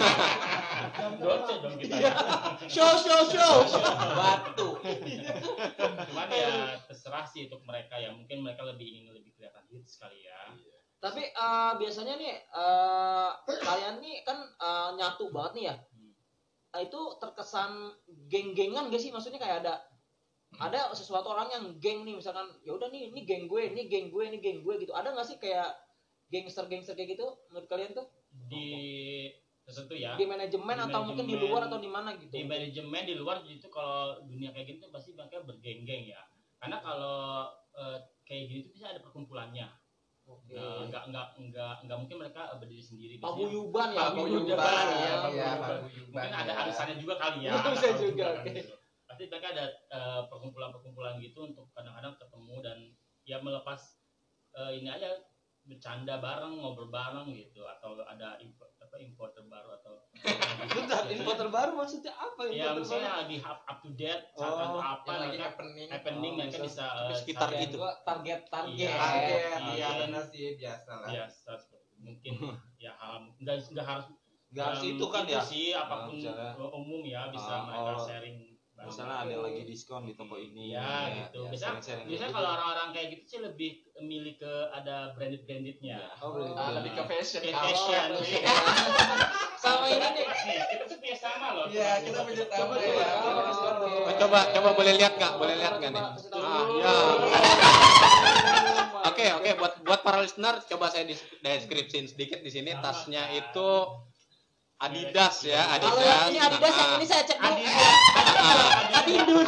Doce dong kita. Show show show. Batu. Cuman ya terserah sih untuk mereka ya. Mungkin mereka lebih ingin lebih kelihatan hits kali ya. Tapi uh, biasanya nih uh, kalian nih kan uh, nyatu banget nih ya. Hmm. Uh, itu terkesan geng-gengan gak sih? Maksudnya kayak ada ada sesuatu orang yang geng nih, misalkan ya udah nih ini geng gue, ini geng gue, ini geng gue gitu. Ada nggak sih kayak gangster-gangster kayak gitu menurut kalian tuh? Di tertentu ya. Di manajemen di atau manajemen, mungkin di luar atau di mana gitu? Di manajemen di luar itu kalau dunia kayak gitu pasti mereka bergeng-geng ya. Karena kalau uh, kayak gini tuh bisa ada perkumpulannya. Oke. Uh, enggak enggak enggak enggak mungkin mereka berdiri sendiri. Paguyuban ya, paguyuban. Ya, ya, mungkin ada arisannya juga kali ya. Bisa juga. Oke. Gitu. Pasti mereka ada uh, perkumpulan-perkumpulan gitu untuk kadang-kadang ketemu dan ya melepas uh, ini aja bercanda bareng, ngobrol bareng gitu, atau ada info, apa info terbaru atau bentar, info terbaru maksudnya apa? Info ya misalnya lagi up, up to date saat oh, atau apa lagi mereka, happening happening oh, mereka bisa uh, sekitar itu target target iya, target iya benar sih biasa lah biasa mungkin ya hal nggak nggak harus nggak harus itu kan itu ya sih apapun uh, umum ya bisa uh, mereka oh. sharing. Misalnya ada yang lagi diskon di toko ini ya, ya gitu. Ya, biasanya biasanya gitu. Kalau orang-orang kayak gitu sih lebih milih ke ada branded brandednya. Oh, branded. Ah, lebih ke fashion. Ke fashion. Sama ini nih. Kita tuh punya sama loh. Iya, kita punya sama Coba, ya. Oh, coba coba boleh lihat nggak? Boleh lihat nggak nih? Ah, ya. Oke oke buat buat para listener coba saya deskripsiin sedikit di sini. Tasnya itu Adidas ya, Adidas. Kalau ini Adidas yang ini saya cek dulu. Adidun.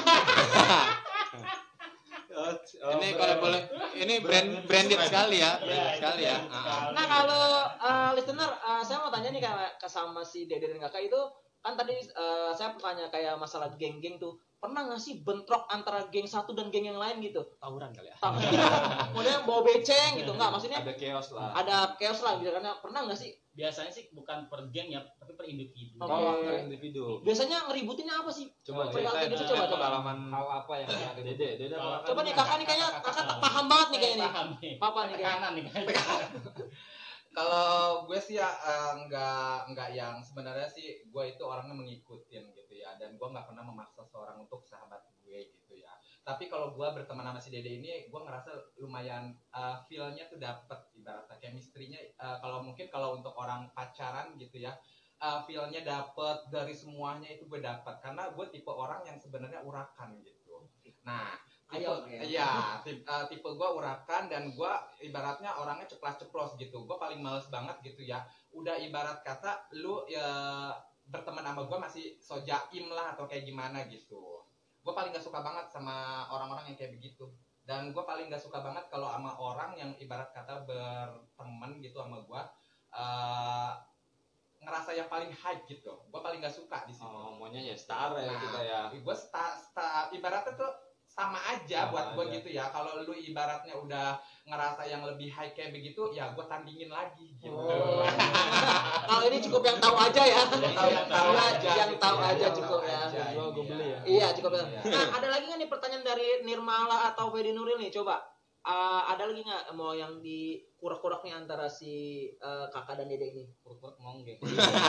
Ini kalau boleh, ini brand branded sekali ya, branded sekali ya. Nah kalau uh, listener, uh, saya mau tanya nih kayak ke sama si Dede dan Kakak itu kan tadi uh, saya bertanya kayak masalah geng-geng tuh. Pernah nggak sih bentrok antara geng satu dan geng yang lain gitu? Tawuran kali ya. Kemudian bawa beceng gitu nggak? Maksudnya ada chaos lah. Ada chaos lah gitu karena pernah nggak sih? Biasanya sih bukan per geng ya, tapi per individu. Oh, okay. Per individu. Biasanya ngeributinnya apa sih? Coba ceritain gitu, coba coba. Pengalaman hal apa yang ada Dede? Dede oh, apa? Coba nih kakak nih kayaknya kakak paham banget nih kayaknya. Paham nih. Papa nih kayaknya. Kanan nih kayaknya. Kalau gue sih ya uh, nggak nggak yang sebenarnya sih gue itu orangnya mengikutin gitu ya, dan gue nggak pernah memaksa seorang untuk sahabat gue gitu ya. Tapi kalau gue berteman sama si Dede ini, gue ngerasa lumayan uh, feel-nya tuh dapet, ibaratnya chemistry-nya. Uh, kalau mungkin kalau untuk orang pacaran gitu ya, uh, feel-nya dapet dari semuanya itu gue dapet. Karena gue tipe orang yang sebenarnya urakan gitu. Nah, tipe, Ayo, ya. iya, tipe, uh, tipe gue urakan dan gue ibaratnya orangnya ceplas-ceplos gitu. Gue paling males banget gitu ya. Udah ibarat kata lu ya berteman sama gue masih so jaim lah atau kayak gimana gitu. Gue paling gak suka banget sama orang-orang yang kayak begitu. Dan gue paling gak suka banget kalau sama orang yang ibarat kata berteman gitu sama gue uh, ngerasa yang paling high gitu. Gue paling gak suka di situ. Oh, maunya ya setara ya kita ya. Gue sta, sta, ibaratnya tuh sama aja Sama buat gue aja. gitu ya. Kalau lu ibaratnya udah ngerasa yang lebih high kayak begitu, ya gue tandingin lagi gitu. Oh. Kalau ini cukup yang tahu aja ya. Tahu yang tahu Iya, aja yang gitu tahu ya, aja yang cukup tahu ya. aja Gua- gua ini beli ya. Iya, cukup ya. Iya. Nah, ada lagi nggak nih pertanyaan dari Nirmala atau Fedi Nuril nih? Coba. Uh, ada lagi nggak mau yang dikurak-kurak nih antara si uh, kakak dan dede ini? Kuruk-kuruk nonggeng.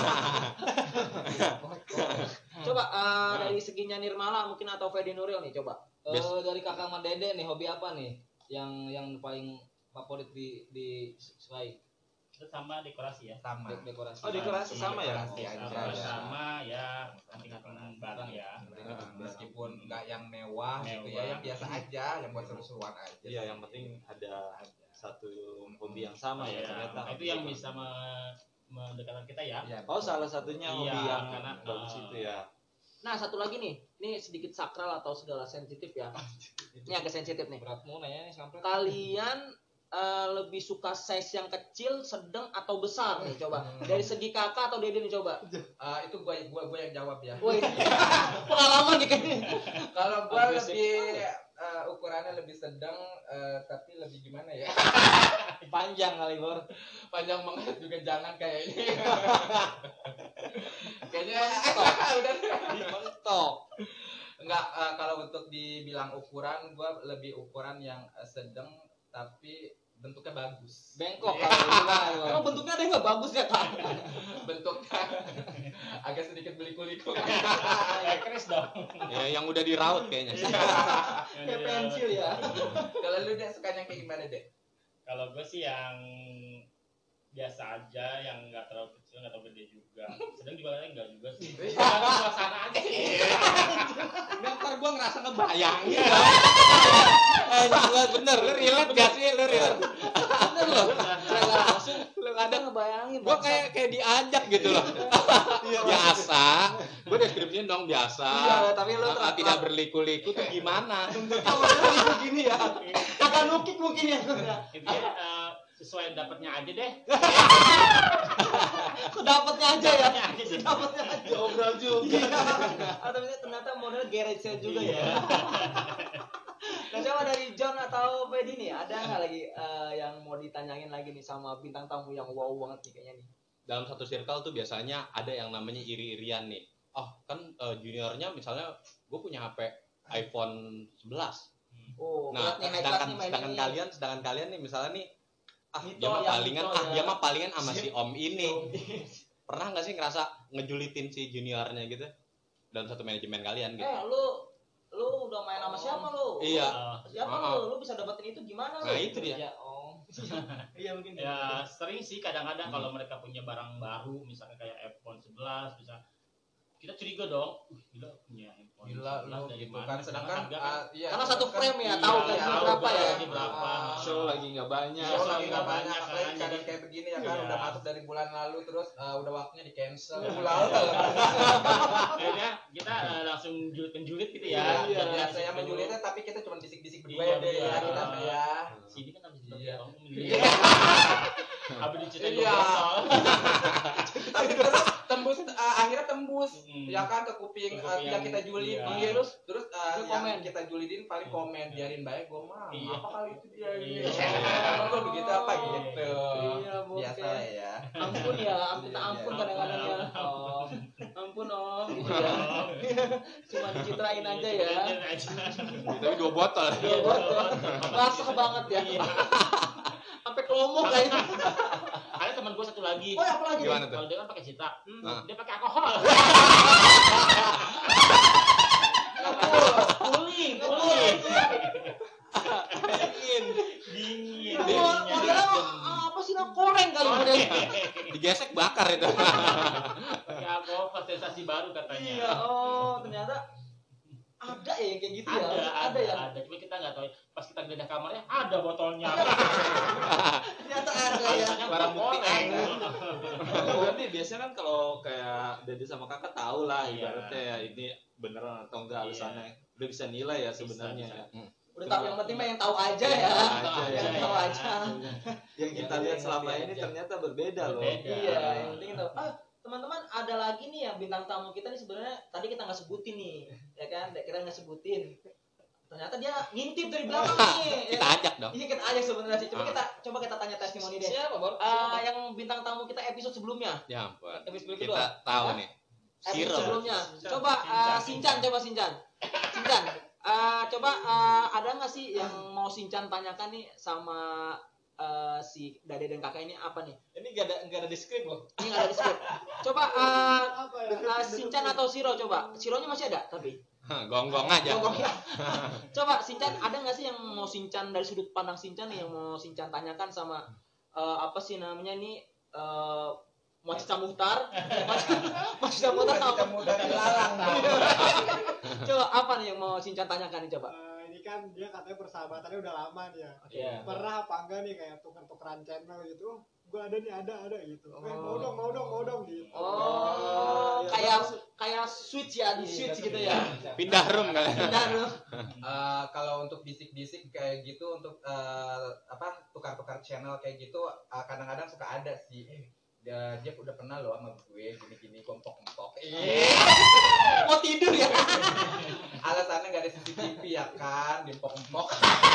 Coba uh, dari seginya Nirmala mungkin atau Fedi Nuril nih, coba. Eh, dari kakak sama dede nih, hobi apa nih yang yang paling favorit di di sukai? Itu sama dekorasi ya. Sama. Dek- dekorasi. Oh, dekorasi sama ya? Dekorasi aja Sama, ya. sama ya, kanting-kanting barang ya. Meskipun nggak yang mewah, gitu ya, Mewah. yang biasa aja, yang buat seru-seruan aja. Iya, yang penting ada satu hobi yang sama ya Ya, ternyata. itu yang bisa me- mendekatkan kita ya. Iya, Oh, salah satunya hobi Iya, yang karena, bagus uh, itu ya. Nah, satu lagi nih. Ini sedikit sakral atau segala sensitif ya. Ini agak sensitif nih. Beratmu nanya nih sampai. Kalian uh, lebih suka size yang kecil, sedang atau besar nih? Coba. Dari segi kakak atau dede nih, coba. Eh, itu gua gua gua yang jawab ya. Woi, pengalaman nih kayaknya. Kalau gua Agresif lebih eh, ukurannya lebih sedang, eh, tapi lebih gimana ya? Panjang kali Bor. Panjang banget juga jangan kayaknya. Kayaknya udah. Mentok. Enggak, eh, kalau untuk dibilang ukuran, gua lebih ukuran yang eh, sedang tapi bentuknya bagus. Bengkok Iya. kali gimana Bor? Emang bentuknya ada yang nggak bagus ya, Kak? Bentuknya agak sedikit beliku-liku. Ya, keris dong. Ya, yang udah diraut kayaknya. Kayak pensil ya. Kalau lu deh sukanya kayak gimana deh? Kalau gue sih yang biasa aja, yang nggak terlalu kecil, nggak terlalu gede juga. Sedang juga kadang nggak juga sih. Suasana aja. Ntar gue ngerasa ngebayangin. Eh, bener, bener. Lu relate gak sih? Lu relate. Bener loh. Saya langsung Lu ada kadang ngebayangin. gue kayak kayak diajak gitu loh. Biasa. Gue deskripsiin dong biasa. Iya, tapi lu Ah, tidak berliku-liku tuh gimana? terus gini ya. Kakak nukik mungkin ya. Intinya eh, sesuai dapatnya aja deh. Sedapatnya aja ya. Dapatnya aja sih. Sedapatnya aja. Ngobrol juga. Atau misalnya ternyata modelnya garage sale juga ya. Nah, coba dari John atau Fedi nih, ada nggak lagi eh, yang mau ditanyain lagi nih sama bintang tamu yang wow banget nih kayaknya nih? Dalam satu circle tuh biasanya ada yang namanya iri-irian nih. Oh, kan eh, juniornya misalnya gue punya H P iPhone sebelas. Oh, Nah, berat nih, high class sedangkan nih mainnya sedangkan nih. kalian, sedangkan kalian nih misalnya nih, ah Mito dia mah yang palingan, Mito ah ya. dia mah palingan sama si Om ini. Pernah nggak sih ngerasa ngejulitin si juniornya gitu dalam satu manajemen kalian gitu? Eh, lu lu udah main sama siapa lu? Iya. Eh, Siapa Ah. lu? Lu bisa dapetin itu gimana lu? Nah itu dia. Ya om. Iya mungkin. ya sering sih kadang-kadang Hmm. kalau mereka punya barang baru, misalnya kayak iPhone sebelas, bisa kita curiga dong. Uh, gila punya iPhone Gila sebelas lu dari gitu mana? kan, sedangkan harga kan ah, iya, Karena satu sedangkan- frame ya, iya, tahu iya, gaji tahu berapa ya? gaji berapa. Ah. Show lagi nggak banyak. Show Show lagi nggak nggak banyak, banyak, apalagi kan, keadaan jadi- kayak begini ya kan, Iya. udah masuk dari bulan lalu terus eh, udah waktunya di cancel. Iya. Bulan Akhirnya kita eh, langsung julid-penjulit gitu ya. Iya, Jadi biasa asik ya dulu. menjulitnya tapi kita cuma bisik-bisik berdua Iya, deh ya iya. kita mah ya. Sini kan habis itu Iya. kamu Iya. Habis diceritain Iya. dua botol. Tapi terus tembus eh, akhirnya tembus Hmm. ya kan ke kuping Ke eh, kuping yang yang- kita julid. iya. Iya, terus terus eh, Dia yang komen. kita julidin paling komen biarin baik gua mah. Iya. Apa kali itu dia ini? Iya. Emang gua begitu apa gitu. Iya, bokeh. Biasa lah ya. Ampun ya, ampun Iya, ampun iya. kadang-kadang ya. Om, ampun om, gitu ya. Cuma dicitrain aja ya. Dicitrain aja. Tapi dua botol. Iya, betul. Basah banget ya. Iya. Sampai kelomok kayaknya. Ada teman gue satu lagi. Oh, apa lagi? Gimana tuh? Kalau dia kan pakai cita, Nah. dia pakai alkohol. Ampun. Kuli. dingin, dingin. Dingin. Dingin. Itu mo- modelnya mau- apa sih, nak koreng kali modelnya. Digesek bakar itu. Pakai apa? Sensasi baru katanya. Iya, oh ternyata ada ya yang kayak gitu ya. Ada, ada, ada ya. ada. Cuma kita nggak tahu. Pas kita geledah kamarnya, ada botolnya. Ternyata ada ya. Alasannya Barang bukti koreng. Oh, berarti biasanya kan kalau kayak Dede sama kakak tahu lah Iya. ibaratnya ya ini beneran atau enggak alasannya. Udah bisa nilai ya sebenarnya. Bisa, ya. Udah tahu, yang penting mah yang tahu aja ya. Yang tahu aja, Yang ya. tahu aja. Yang kita Iya, lihat iya, selama ngerti ini aja. ternyata berbeda loh. Berbeda. Iya, yang penting tahu. Ah, teman-teman ada lagi nih ya bintang tamu kita nih, sebenarnya tadi kita nggak sebutin nih, ya kan? Kita nggak sebutin. Ternyata dia ngintip dari belakang nih. Kita ya. ajak dong. Iya, kita aja sebenarnya sih. Coba Ah. kita coba kita tanya testimoni deh. Siapa, Bor? Ah, yang bintang tamu kita episode sebelumnya. Ya ampun. Episode Kita kedua. tahu Hah? nih. Episode Siro. sebelumnya. Sincan. Coba ah, Sincan, coba Sincan. Sincan. ah, coba ah, ada nggak sih yang mau Sincan tanyakan nih sama ah, si Dade dan kakak ini apa nih? Ini enggak ada enggak ada di skrip loh. Ini nggak ada di script. Coba ah, Apa ya? ah, Sincan atau Siro coba. Sironya masih ada tapi. Gonggong aja. Gongong ya. Coba Sincan, ada nggak sih yang mau Sincan dari sudut pandang Sincan nih yang mau Sincan tanyakan sama eh, apa sih namanya nih eh Macita Muhtar? Macita Muhtar Kita apa? mudah dilarang. Coba apa nih yang mau Sincan tanyakan nih coba? Eh, ini kan dia katanya persahabatannya udah lama nih ya. Iya. Pernah apa enggak nih kayak tuker-tukeran channel gitu? Gua ada nih, ada, ada gitu. Eh, mau Oh. dong, mau dong, mau dong gitu. Oh, Iya, kayak terus- kayak switch ya, di switch gitu ya. Pindah room kali. Benar loh. Eh, kalau untuk bisik-bisik kayak gitu, untuk eh, apa tukar-tukar channel kayak gitu, eh, kadang-kadang suka ada sih. Eh, dia, dia udah pernah loh sama gue gini-gini kompok-kompok. Eh, Mau tidur ya? alasannya nggak ada C C T V ya kan, diempok-empok.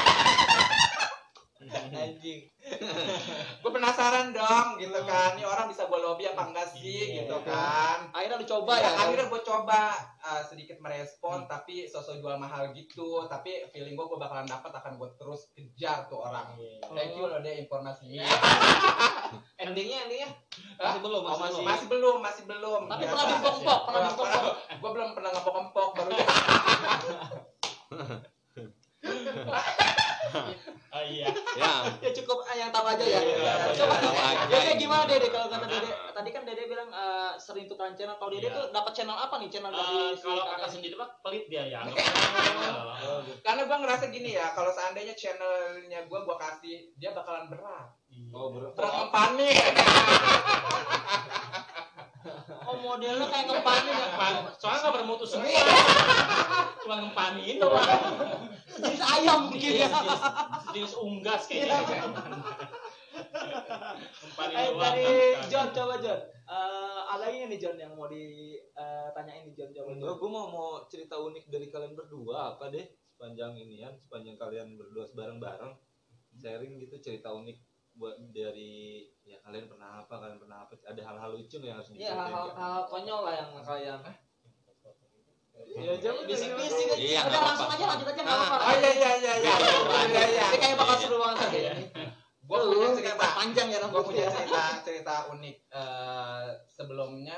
Anjing. Gue penasaran dong, gitu kan. Ini orang bisa gue lobby apa enggak sih, Iya. gitu kan. Akhirnya lu coba Ya, ya. akhirnya gue coba uh, sedikit merespon, tapi sosok jual mahal gitu. Tapi feeling gue gue bakalan dapat, akan gue terus kejar tuh orang. Thank you loh deh informasinya. Endingnya endingnya masih belum, Oh, masih, masih, belum. masih belum, masih belum. Tapi Biasa. pernah dipok-pok, pernah dipok-pok. Gue belum pernah ngepok-ngepok baru. Oh iya. Ya. Ya cukup ah, yang tahu aja ya. Iya, Coba tahu aja. ya kayak gimana Dede kalau kata Dede? Tadi kan Dede bilang eh, sering tukeran channel. Kalau Dede Iya. tuh dapat channel apa nih? Channel dari Eh, si kalau kakak kakak ini? sendiri mah pelit dia ya. Oh. Karena gue ngerasa gini ya, kalau seandainya channelnya gue gue kasih, dia bakalan berat. Oh, berat. Berat ngempanin. Oh modelnya kayak ngempanin ya. Soalnya nggak bermutu semua. Cuma ngempanin doang. Jenis ayam mungkin ya. Jenis, jenis unggas kayaknya. Ngempanin Eh doang. dari kan. John coba John. Eh, ada lagi nggak nih John yang mau ditanyain nih John coba. Enggak, John. gue mau mau cerita unik dari kalian berdua apa deh sepanjang ini ya, sepanjang kalian berdua bareng-bareng sharing gitu cerita unik buat dari ya kalian pernah apa, kalian pernah apa, ada hal-hal lucu nggak yang harus Iya diceritain? hal-hal hal konyol lah yang kalian. Ya jangan Bisik-bisik aja. Iya, Udah nggak langsung apa-apa. aja lanjut aja nggak Ah. apa-apa. Oh iya iya iya iya. Iya iya. Ini kayak bakal seru banget tadi. Gue punya cerita. panjang ya Gue punya cerita cerita unik. Eh, sebelumnya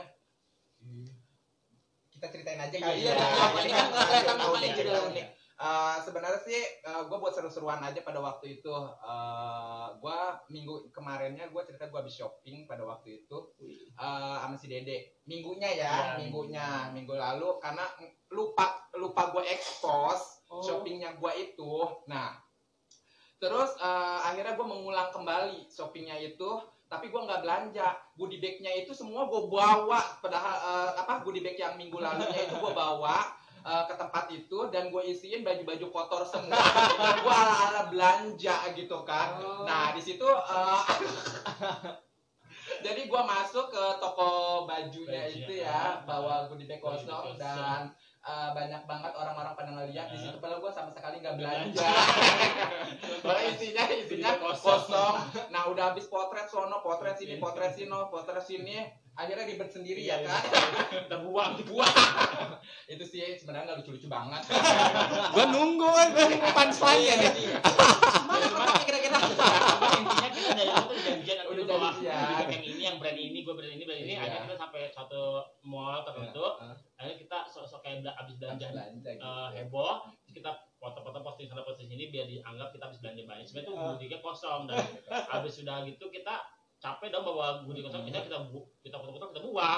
kita ceritain aja kali Iya, ya. iya, ini kan nggak kelihatan Cerita namanya unik, juga cerita unik. unik. Eh, sebenarnya sih gue buat seru-seruan aja pada waktu itu. Uh, gue minggu kemarinnya gue cerita gue habis shopping pada waktu itu eh, sama si Dede. Minggunya ya, Iya, minggunya, minggu lalu karena lupa lupa gue expose Oh. shoppingnya gue itu. Nah, terus eh, akhirnya gue mengulang kembali shoppingnya itu, tapi gue nggak belanja. Goodie bag-nya itu semua gue bawa, padahal eh, apa goodie bag yang minggu lalunya itu gue bawa eh, ke tempat itu dan gue isiin baju-baju kotor semua. Gue ala-ala belanja gitu kan. Oh. Nah di situ eh, jadi gue masuk ke toko bajunya Baju, itu ya, bawa goodie bag kosong dan eh, banyak banget orang-orang pada ngeliat di situ. Padahal gue sama sekali nggak belanja. Soalnya isinya isinya Goodie bag kosong. kosong. Nah udah habis potret sono, potret sini, potret sini, potret sini. akhirnya ribet sendiri Iya, ya kan. Kita buang, dibuang. Itu sih sebenarnya nggak lucu-lucu banget. Gua nunggu kan punchline-nya nih. Mana kotaknya kira-kira? Intinya kita dari itu udah janjian Udah dulu bahwa janjian. yang ini yang brand ini, gue brand ini, brand ini. Iya. Akhirnya kita sampai satu mall tertentu. Heeh. Akhirnya kita sok-sok kayak bela- abis belanja Belanja gitu. eh, heboh. Terus kita foto-foto posting sana posting sini biar dianggap kita habis belanja banyak. Sebenarnya tuh budiknya kosong dan habis sudah gitu kita capek dong bawa budi kosong kita kita bu, kita foto-foto kita buang.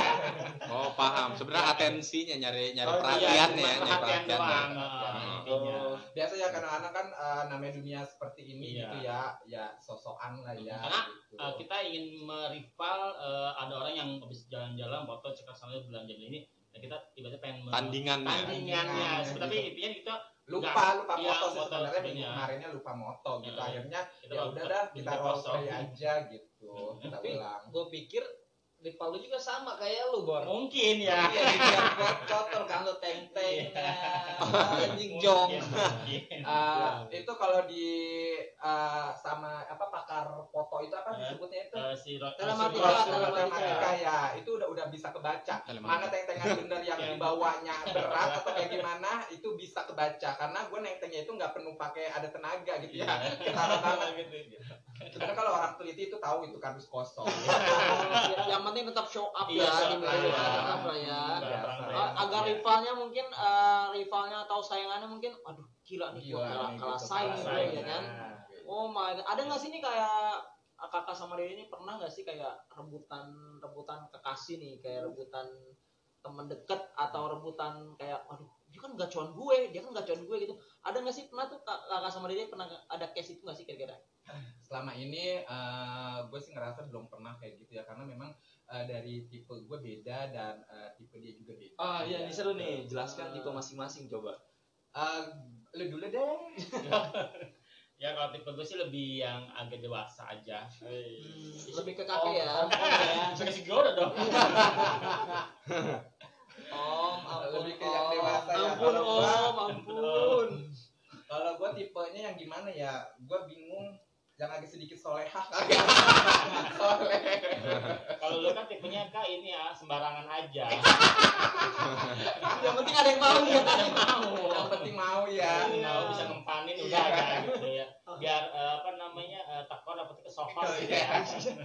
Oh, paham. Sebenarnya atensinya nyari nyari Oh, iya, perhatian cuma ya, nyari perhatian perhatian. doang. ya. eh, Hmm. intinya. Oh, biasa ya kadang-kadang kan eh, namanya dunia seperti ini Iya. gitu ya, ya sosokan lah ya. Karena, gitu. Eh, kita ingin merival eh, ada orang yang habis jalan-jalan foto cekak sana belanja ini dan kita ibaratnya pengen me- Tandingannya. tandingannya Tandingan, tapi gitu. intinya kita lupa nggak- lupa iya, moto sih moto sebenarnya minggu sebenarnya. kemarinnya lupa moto gitu. Nah, Akhirnya kita ya mau udah tetap dah kita budi role kosong. play aja gitu. Kita Tapi ulang. gue pikir rival lu juga sama kayak lu, Bor. mungkin ya Iya, biar buat kotor kan lu teng-tengnya. Anjing jong. Mungkin, mungkin. Uh, itu kalau di uh, sama apa pakar foto itu apa Eh, disebutnya itu Eh, si Ro- Telematika, si Ro- Terus telematika. matematika ya itu udah udah bisa kebaca Telematika. mana teng-tengan bener yang dibawanya berat atau kayak gimana itu bisa kebaca karena gue neng-tengnya itu nggak penuh pakai ada tenaga gitu ya ketara banget gitu. sebenarnya kalau orang teliti itu tahu itu kardus kosong Yang penting tetap show up Iya, ya show di up, media iya. tetap lah ya. Nggak Biasa. perang Ah, brand. agar Iya. rivalnya mungkin eh, rivalnya atau sayangannya mungkin aduh gila nih Gila gua kalah, nih, kalah gitu, saing kalah nih saing, gue ya kan. Nah, Oh my god, ada nggak sih nih kayak kakak sama Dede ini pernah nggak sih kayak rebutan rebutan kekasih nih kayak rebutan teman deket atau rebutan kayak aduh dia kan gacuan gue dia kan gacuan gue gitu ada nggak sih pernah tuh kak- kakak sama Dede pernah ada case itu nggak sih kira-kira? selama ini eh, gue sih ngerasa belum pernah kayak gitu ya karena memang eh, dari tipe gue beda dan eh, tipe dia juga beda. Ah iya, ini seru nih. Eh, Jelaskan tipe masing-masing coba. eh, lu dulu deh. Ya kalau tipe gue sih lebih yang agak dewasa aja. Hmm, lebih ke kakek ya. Om, om ya. Bisa kasih gue udah dong. Om, ampun, Lebih ke yang Om. dewasa ya. Ampun, Kalau gua- Om, ampun. Kalau gue tipenya yang gimana ya? Gue bingung yang agak sedikit solehah. Soleh. Kalau lu kan tipenya kak ini ya sembarangan aja. Yang penting ada yang mau ya. Mau. Yang penting mau ya. Mau bisa ngempanin udah Iya. aja gitu ya. Biar eh, apa namanya eh, takor dapat ke sofa gitu ya.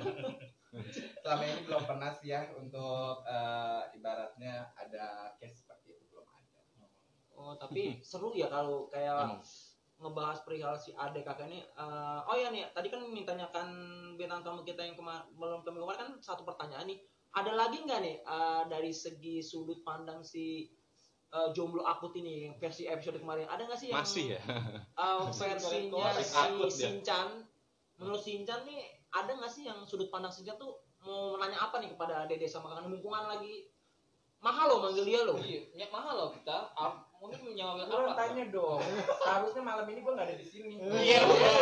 Selama ini belum pernah sih ya untuk eh, ibaratnya ada case seperti itu belum ada. Oh, tapi seru ya kalau kayak Emang. ngebahas perihal si adek kakak ini. Eh, oh ya nih, tadi kan ditanyakan bintang tamu kita yang kema- belum kami kemarin kan satu pertanyaan nih. Ada lagi nggak nih eh, dari segi sudut pandang si eh, jomblo akut ini yang versi episode kemarin? Ada nggak sih yang Masih ya. eh, versinya Masih si akut dia. Sinchan? Menurut Sinchan nih ada nggak sih yang sudut pandang Sinchan tuh mau menanya apa nih kepada Dede sama kakak mumpung lagi mahal loh manggil dia loh. Iya, mahal loh kita. Ah, mungkin menjawab Lu apa? tanya dong. Harusnya malam ini gue nggak ada di sini. Iya.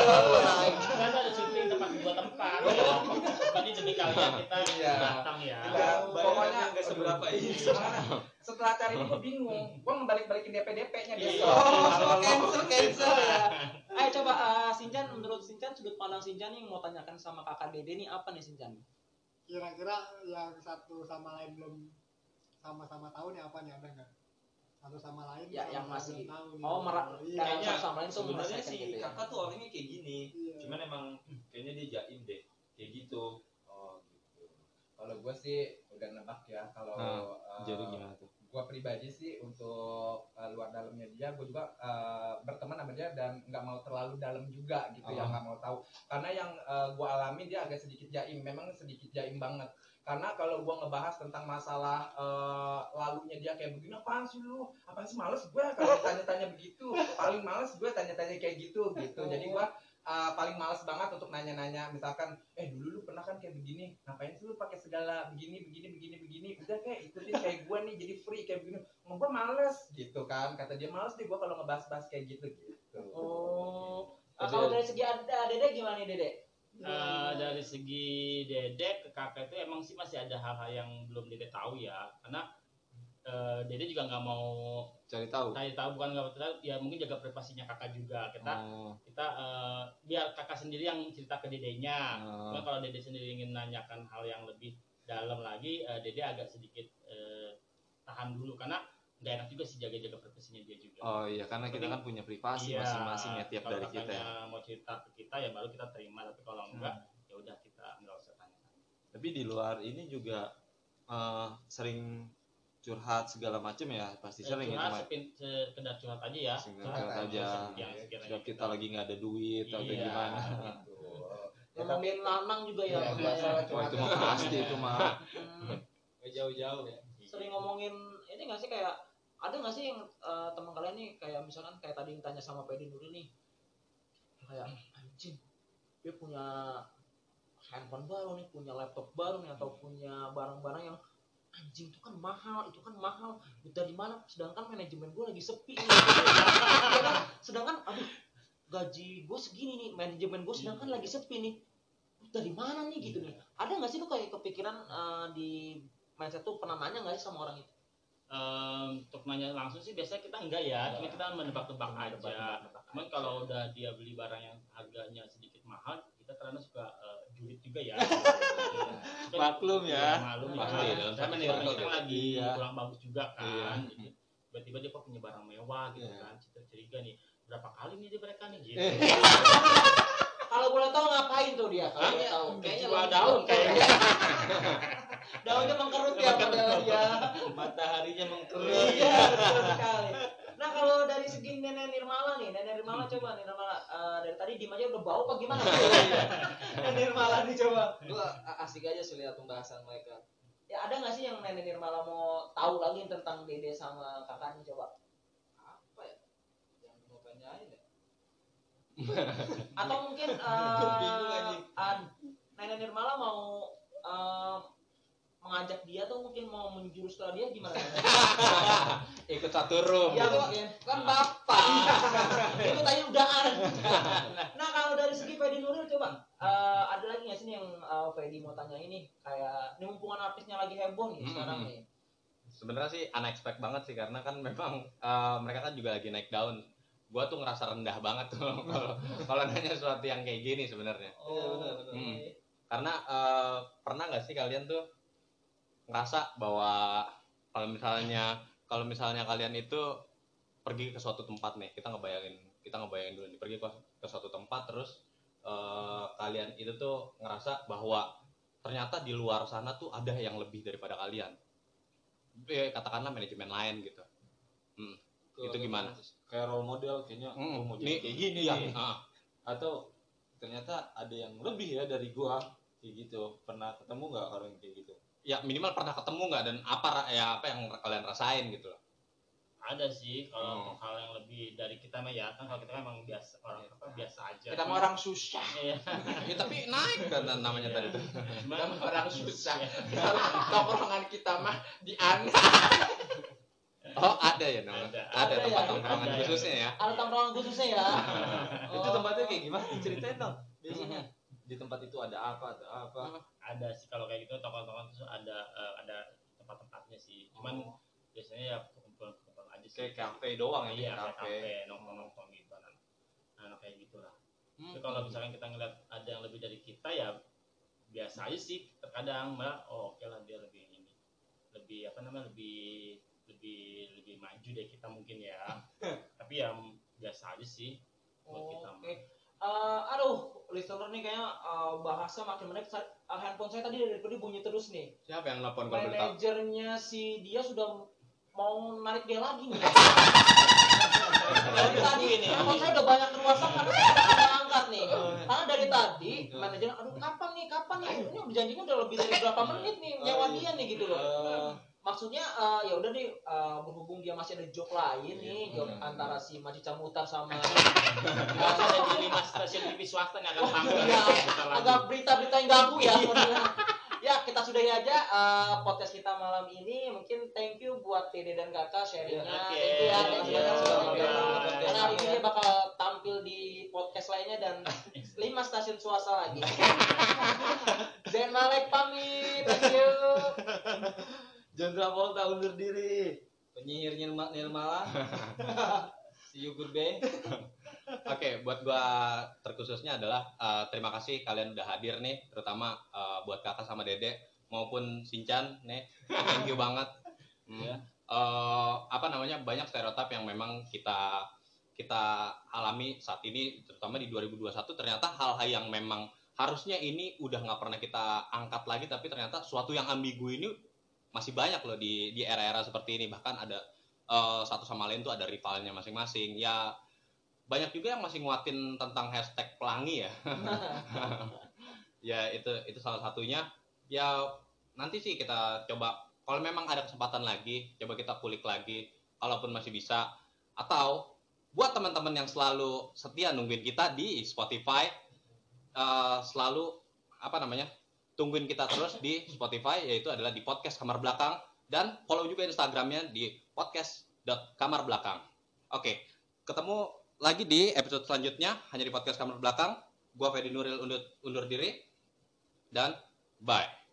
Kan ada syuting tempat dua tempat. Tadi demi kalian kita Iya. datang ya. Kita pokoknya nggak seberapa ini. setelah cari ini gue bingung. Gue ngebalik-balikin D P D P-nya Iya. besok. Oh, cancel cancel ya. Ayo coba uh, Sinchan, menurut Sinchan sudut pandang Sinchan yang mau tanyakan sama kakak Dede nih apa nih Sinchan? Kira-kira yang satu sama lain belum sama-sama tahu nih apa nih, ada nggak? Satu sama lain Ya, yang sama-sama masih- belum tahu nih. Oh, merah. Iya. Kayaknya Satu sama lain tuh sebenarnya merasakan si gitu ya. kakak tuh orangnya kayak gini. Iya. Cuman emang kayaknya dia jaim deh. Kayak gitu. Oh gitu. Kalau gue sih udah nebak ya. Kalau Ah, eh, Jadi gimana tuh? gue pribadi sih untuk uh, luar dalamnya dia gue juga uh, berteman sama dia dan nggak mau terlalu dalam juga gitu ya Oh. nggak mau tahu karena yang uh, gue alami dia agak sedikit jaim memang sedikit jaim banget karena kalau gue ngebahas tentang masalah uh, lalunya dia kayak begini apaan sih lu apaan sih males gue kalau tanya-tanya begitu paling males gue tanya-tanya kayak gitu gitu jadi gue uh, paling males banget untuk nanya-nanya misalkan eh dulu lu pernah kan kayak begini ngapain sih lu pakai segala begini begini begini begini udah kayak ikutin kayak gue nih jadi free kayak begini ngomong gue males gitu kan kata dia males deh gue kalau ngebahas-bahas kayak gitu gitu Oh, uh, kalau dari segi ada Dede gimana nih Dede? Eh, dari segi Dede ke kakak itu emang sih masih ada hal-hal yang belum Dede tahu ya karena eh, Dede juga nggak mau Cari tahu. cari tahu bukan nggak mau tahu ya mungkin jaga privasinya kakak juga kita Oh. kita eh, biar kakak sendiri yang cerita ke dedenya Oh. cuma kalau dede sendiri ingin nanyakan hal yang lebih dalam lagi, uh, Dede agak sedikit uh, tahan dulu karena nggak enak juga sih jaga-jaga privasinya dia juga. Oh iya, karena kita kan punya privasi Iya, masing-masing ya tiap kalau dari kita. katanya Ya. mau cerita ke kita ya baru kita terima, tapi kalau enggak ya udah kita nggak usah tanya. Tapi di luar ini juga uh, sering curhat segala macam ya, pasti Eh, sering ya curhat teman. sepin- sekedar curhat aja ya. Sekedar Curhat curhat aja. Yang sekiranya Setiap kita lagi nggak ada duit atau Iya, gimana. gitu. Ngomongin lanang juga ya. Iya, Mas. biasa Wah itu mah pasti itu mah. Hmm, Nggak jauh-jauh ya. sering ngomongin ini nggak sih kayak ada nggak sih yang eh, teman kalian nih kayak misalkan kayak tadi yang tanya sama Pedi Nuril nih kayak anjing dia punya handphone baru nih, punya laptop baru nih atau punya barang-barang yang anjing itu kan mahal, itu kan mahal dari mana, sedangkan manajemen gue lagi sepi nih. Ya kan? Sedangkan aduh gaji gue segini nih, manajemen gue sedangkan lagi sepi nih, dari mana nih gitu nih. Ada nggak sih lu kayak kepikiran eh, di mindset tuh pernah nanya nggak sih sama orang itu? Um, untuk nanya langsung sih biasanya kita enggak ya, cuma kita menebak-nebak aja. Cuman kalau udah dia beli barang yang harganya sedikit mahal, kita kadang suka uh, julid juga ya. Maklum ya. Maklum Pasti, ya. dalam Saya satu manajemen circle kita gitu. lagi Iya. kurang bagus juga kan. Iya. Gitu. Tiba-tiba dia kok punya barang mewah gitu Iya. kan. Kita curiga nih, berapa kali nih dia mereka nih gitu. Kalau boleh tahu ngapain tuh dia? Kalau boleh tahu, kayaknya Jual lagi- daun kayaknya. daunnya mengkerut ya padahal ya. Mataharinya mengkerut. Iya betul sekali. Nah kalau dari segi Nenek Nirmala nih, Nenek Nirmala coba Nirmala eh, dari tadi dim aja udah bau apa gimana? Nenek Nirmala nih coba. Gua a- asik aja sih lihat pembahasan mereka. Ya ada nggak sih yang Nenek Nirmala mau tahu lagi tentang Dede sama kakaknya coba? Apa ya? Yang mau tanyain ya? Atau mungkin Bingung eh anjing. uh, Nenek Nirmala mau eh, mengajak dia tuh mungkin mau menjurus ke dia gimana? Ikut satu room. Ya gitu. mungkin. Kan bapak. Itu tadi udaan. Nah kalau dari segi Fedi Nuril coba eh, ada lagi nggak sih nih yang uh, Fedi mau tanya ini kayak ini mumpung artisnya lagi heboh nih Mm-mm. sekarang nih. Sebenarnya sih unexpected banget sih karena kan memang eh, mereka kan juga lagi naik daun. Gua tuh ngerasa rendah banget tuh kalau kalau nanya sesuatu yang kayak gini sebenarnya. Iya, benar, benar. Hmm. Karena eh, pernah nggak sih kalian tuh ngerasa bahwa kalau misalnya kalau misalnya kalian itu pergi ke suatu tempat nih, kita ngebayangin kita ngebayangin dulu nih pergi ke, ke suatu tempat terus eh, kalian itu tuh ngerasa bahwa ternyata di luar sana tuh ada yang lebih daripada kalian. Eh, katakanlah manajemen lain gitu. Hmm. Itu gimana? Kayak role model kayaknya Hmm, oh, mau nih, jadi kayak gini Iya. nih. ah. Atau ternyata ada yang lebih ya dari gua kayak gitu. Pernah ketemu nggak orang yang kayak gitu? Ya minimal pernah ketemu nggak dan apa ra- ya apa yang kalian rasain gitu loh. Ada sih kalau Hmm. untuk hal yang lebih dari kita mah ya kan kalau kita kan emang biasa orang apa biasa aja. Kita mau orang susah. Iya. Ya tapi naik kan namanya tadi tuh. Cuma Kita mau orang susah. Iya. Tongkrongan kita mah di anak. Oh ada ya namanya. Ada. Ada, Ada tempat ya? tongkrongan Ada. khususnya ya. Ada tongkrongan khususnya ya. Itu Oh. tempatnya kayak gimana? Ceritain dong. Biasanya di tempat itu ada apa? Ada apa? ada sih kalau kayak gitu toko-toko itu ada eh, ada tempat-tempatnya sih. Cuman Oh, biasanya ya kumpulan-kumpulan aja sih. kayak kafe doang ya, Iya, kayak kafe. kafe, nongkrong-nongkrong gitu kan. Nah, kayak gitu lah. Tapi kalau misalkan kita ngeliat ada yang lebih dari kita ya biasa aja sih. Terkadang malah oh oke lah dia lebih ini. Lebih apa namanya? Lebih lebih lebih maju dari kita mungkin ya. Tapi ya biasa aja sih buat kita. Oke. Eh, aduh, listener nih kayaknya eh, bahasa makin menarik. Sa- eh, handphone saya tadi dari tadi bunyi terus nih. Siapa yang nelfon kalau boleh tahu? Manajernya si dia sudah mau narik dia lagi nih. Dari tadi ini handphone saya udah banyak keluar sama saya angkat nih. Karena dari tadi manajernya aduh kapan nih kapan nih ini janjinya udah lebih dari berapa menit nih nyewa dia nih gitu loh. Eh, Maksudnya eh, ya udah deh eh, berhubung dia masih ada job lain nih job antara si Maci Camutar sama Biasa ada di lima stasiun T V swasta yang akan tampil. Iya, Bentar lagi. agak berita-berita yang ganggu ya. Ya kita sudahi aja eh, podcast kita malam ini. Mungkin thank you buat Dede dan Kakak sharingnya. Oke. Thank you ya, thank you Iya, banyak sudah iya, mampir. iya. Karena hari ini dia bakal tampil di podcast lainnya dan lima stasiun swasta lagi. Zain Malik pamit, thank you. John Travolta undur diri. Penyihir Nirma- Nirmala. See you goodbye. Oke, buat gua terkhususnya adalah eh, terima kasih kalian udah hadir nih, terutama eh, buat Kakak sama Dede. maupun Shinchan nih, thank you banget. Hmm. Ya. Uh, apa namanya banyak stereotip yang memang kita kita alami saat ini, terutama di dua ribu dua puluh satu. Ternyata hal-hal yang memang harusnya ini udah nggak pernah kita angkat lagi, tapi ternyata suatu yang ambigu ini masih banyak loh di di era-era seperti ini. Bahkan ada uh, satu sama lain tuh ada rivalnya masing-masing. Ya banyak juga yang masih nguatin tentang hashtag pelangi ya. Ya itu itu salah satunya. Ya nanti sih kita coba, kalau memang ada kesempatan lagi, coba kita kulik lagi, kalaupun masih bisa. Atau buat teman-teman yang selalu setia nungguin kita di Spotify, uh, selalu apa namanya tungguin kita terus di Spotify, yaitu adalah di podcast Kamar Belakang, dan follow juga Instagramnya di podcast dot kamar belakang. Oke, ketemu lagi di episode selanjutnya hanya di podcast Kamar Belakang. Gua Fedi Nuril undur, undur diri dan bye.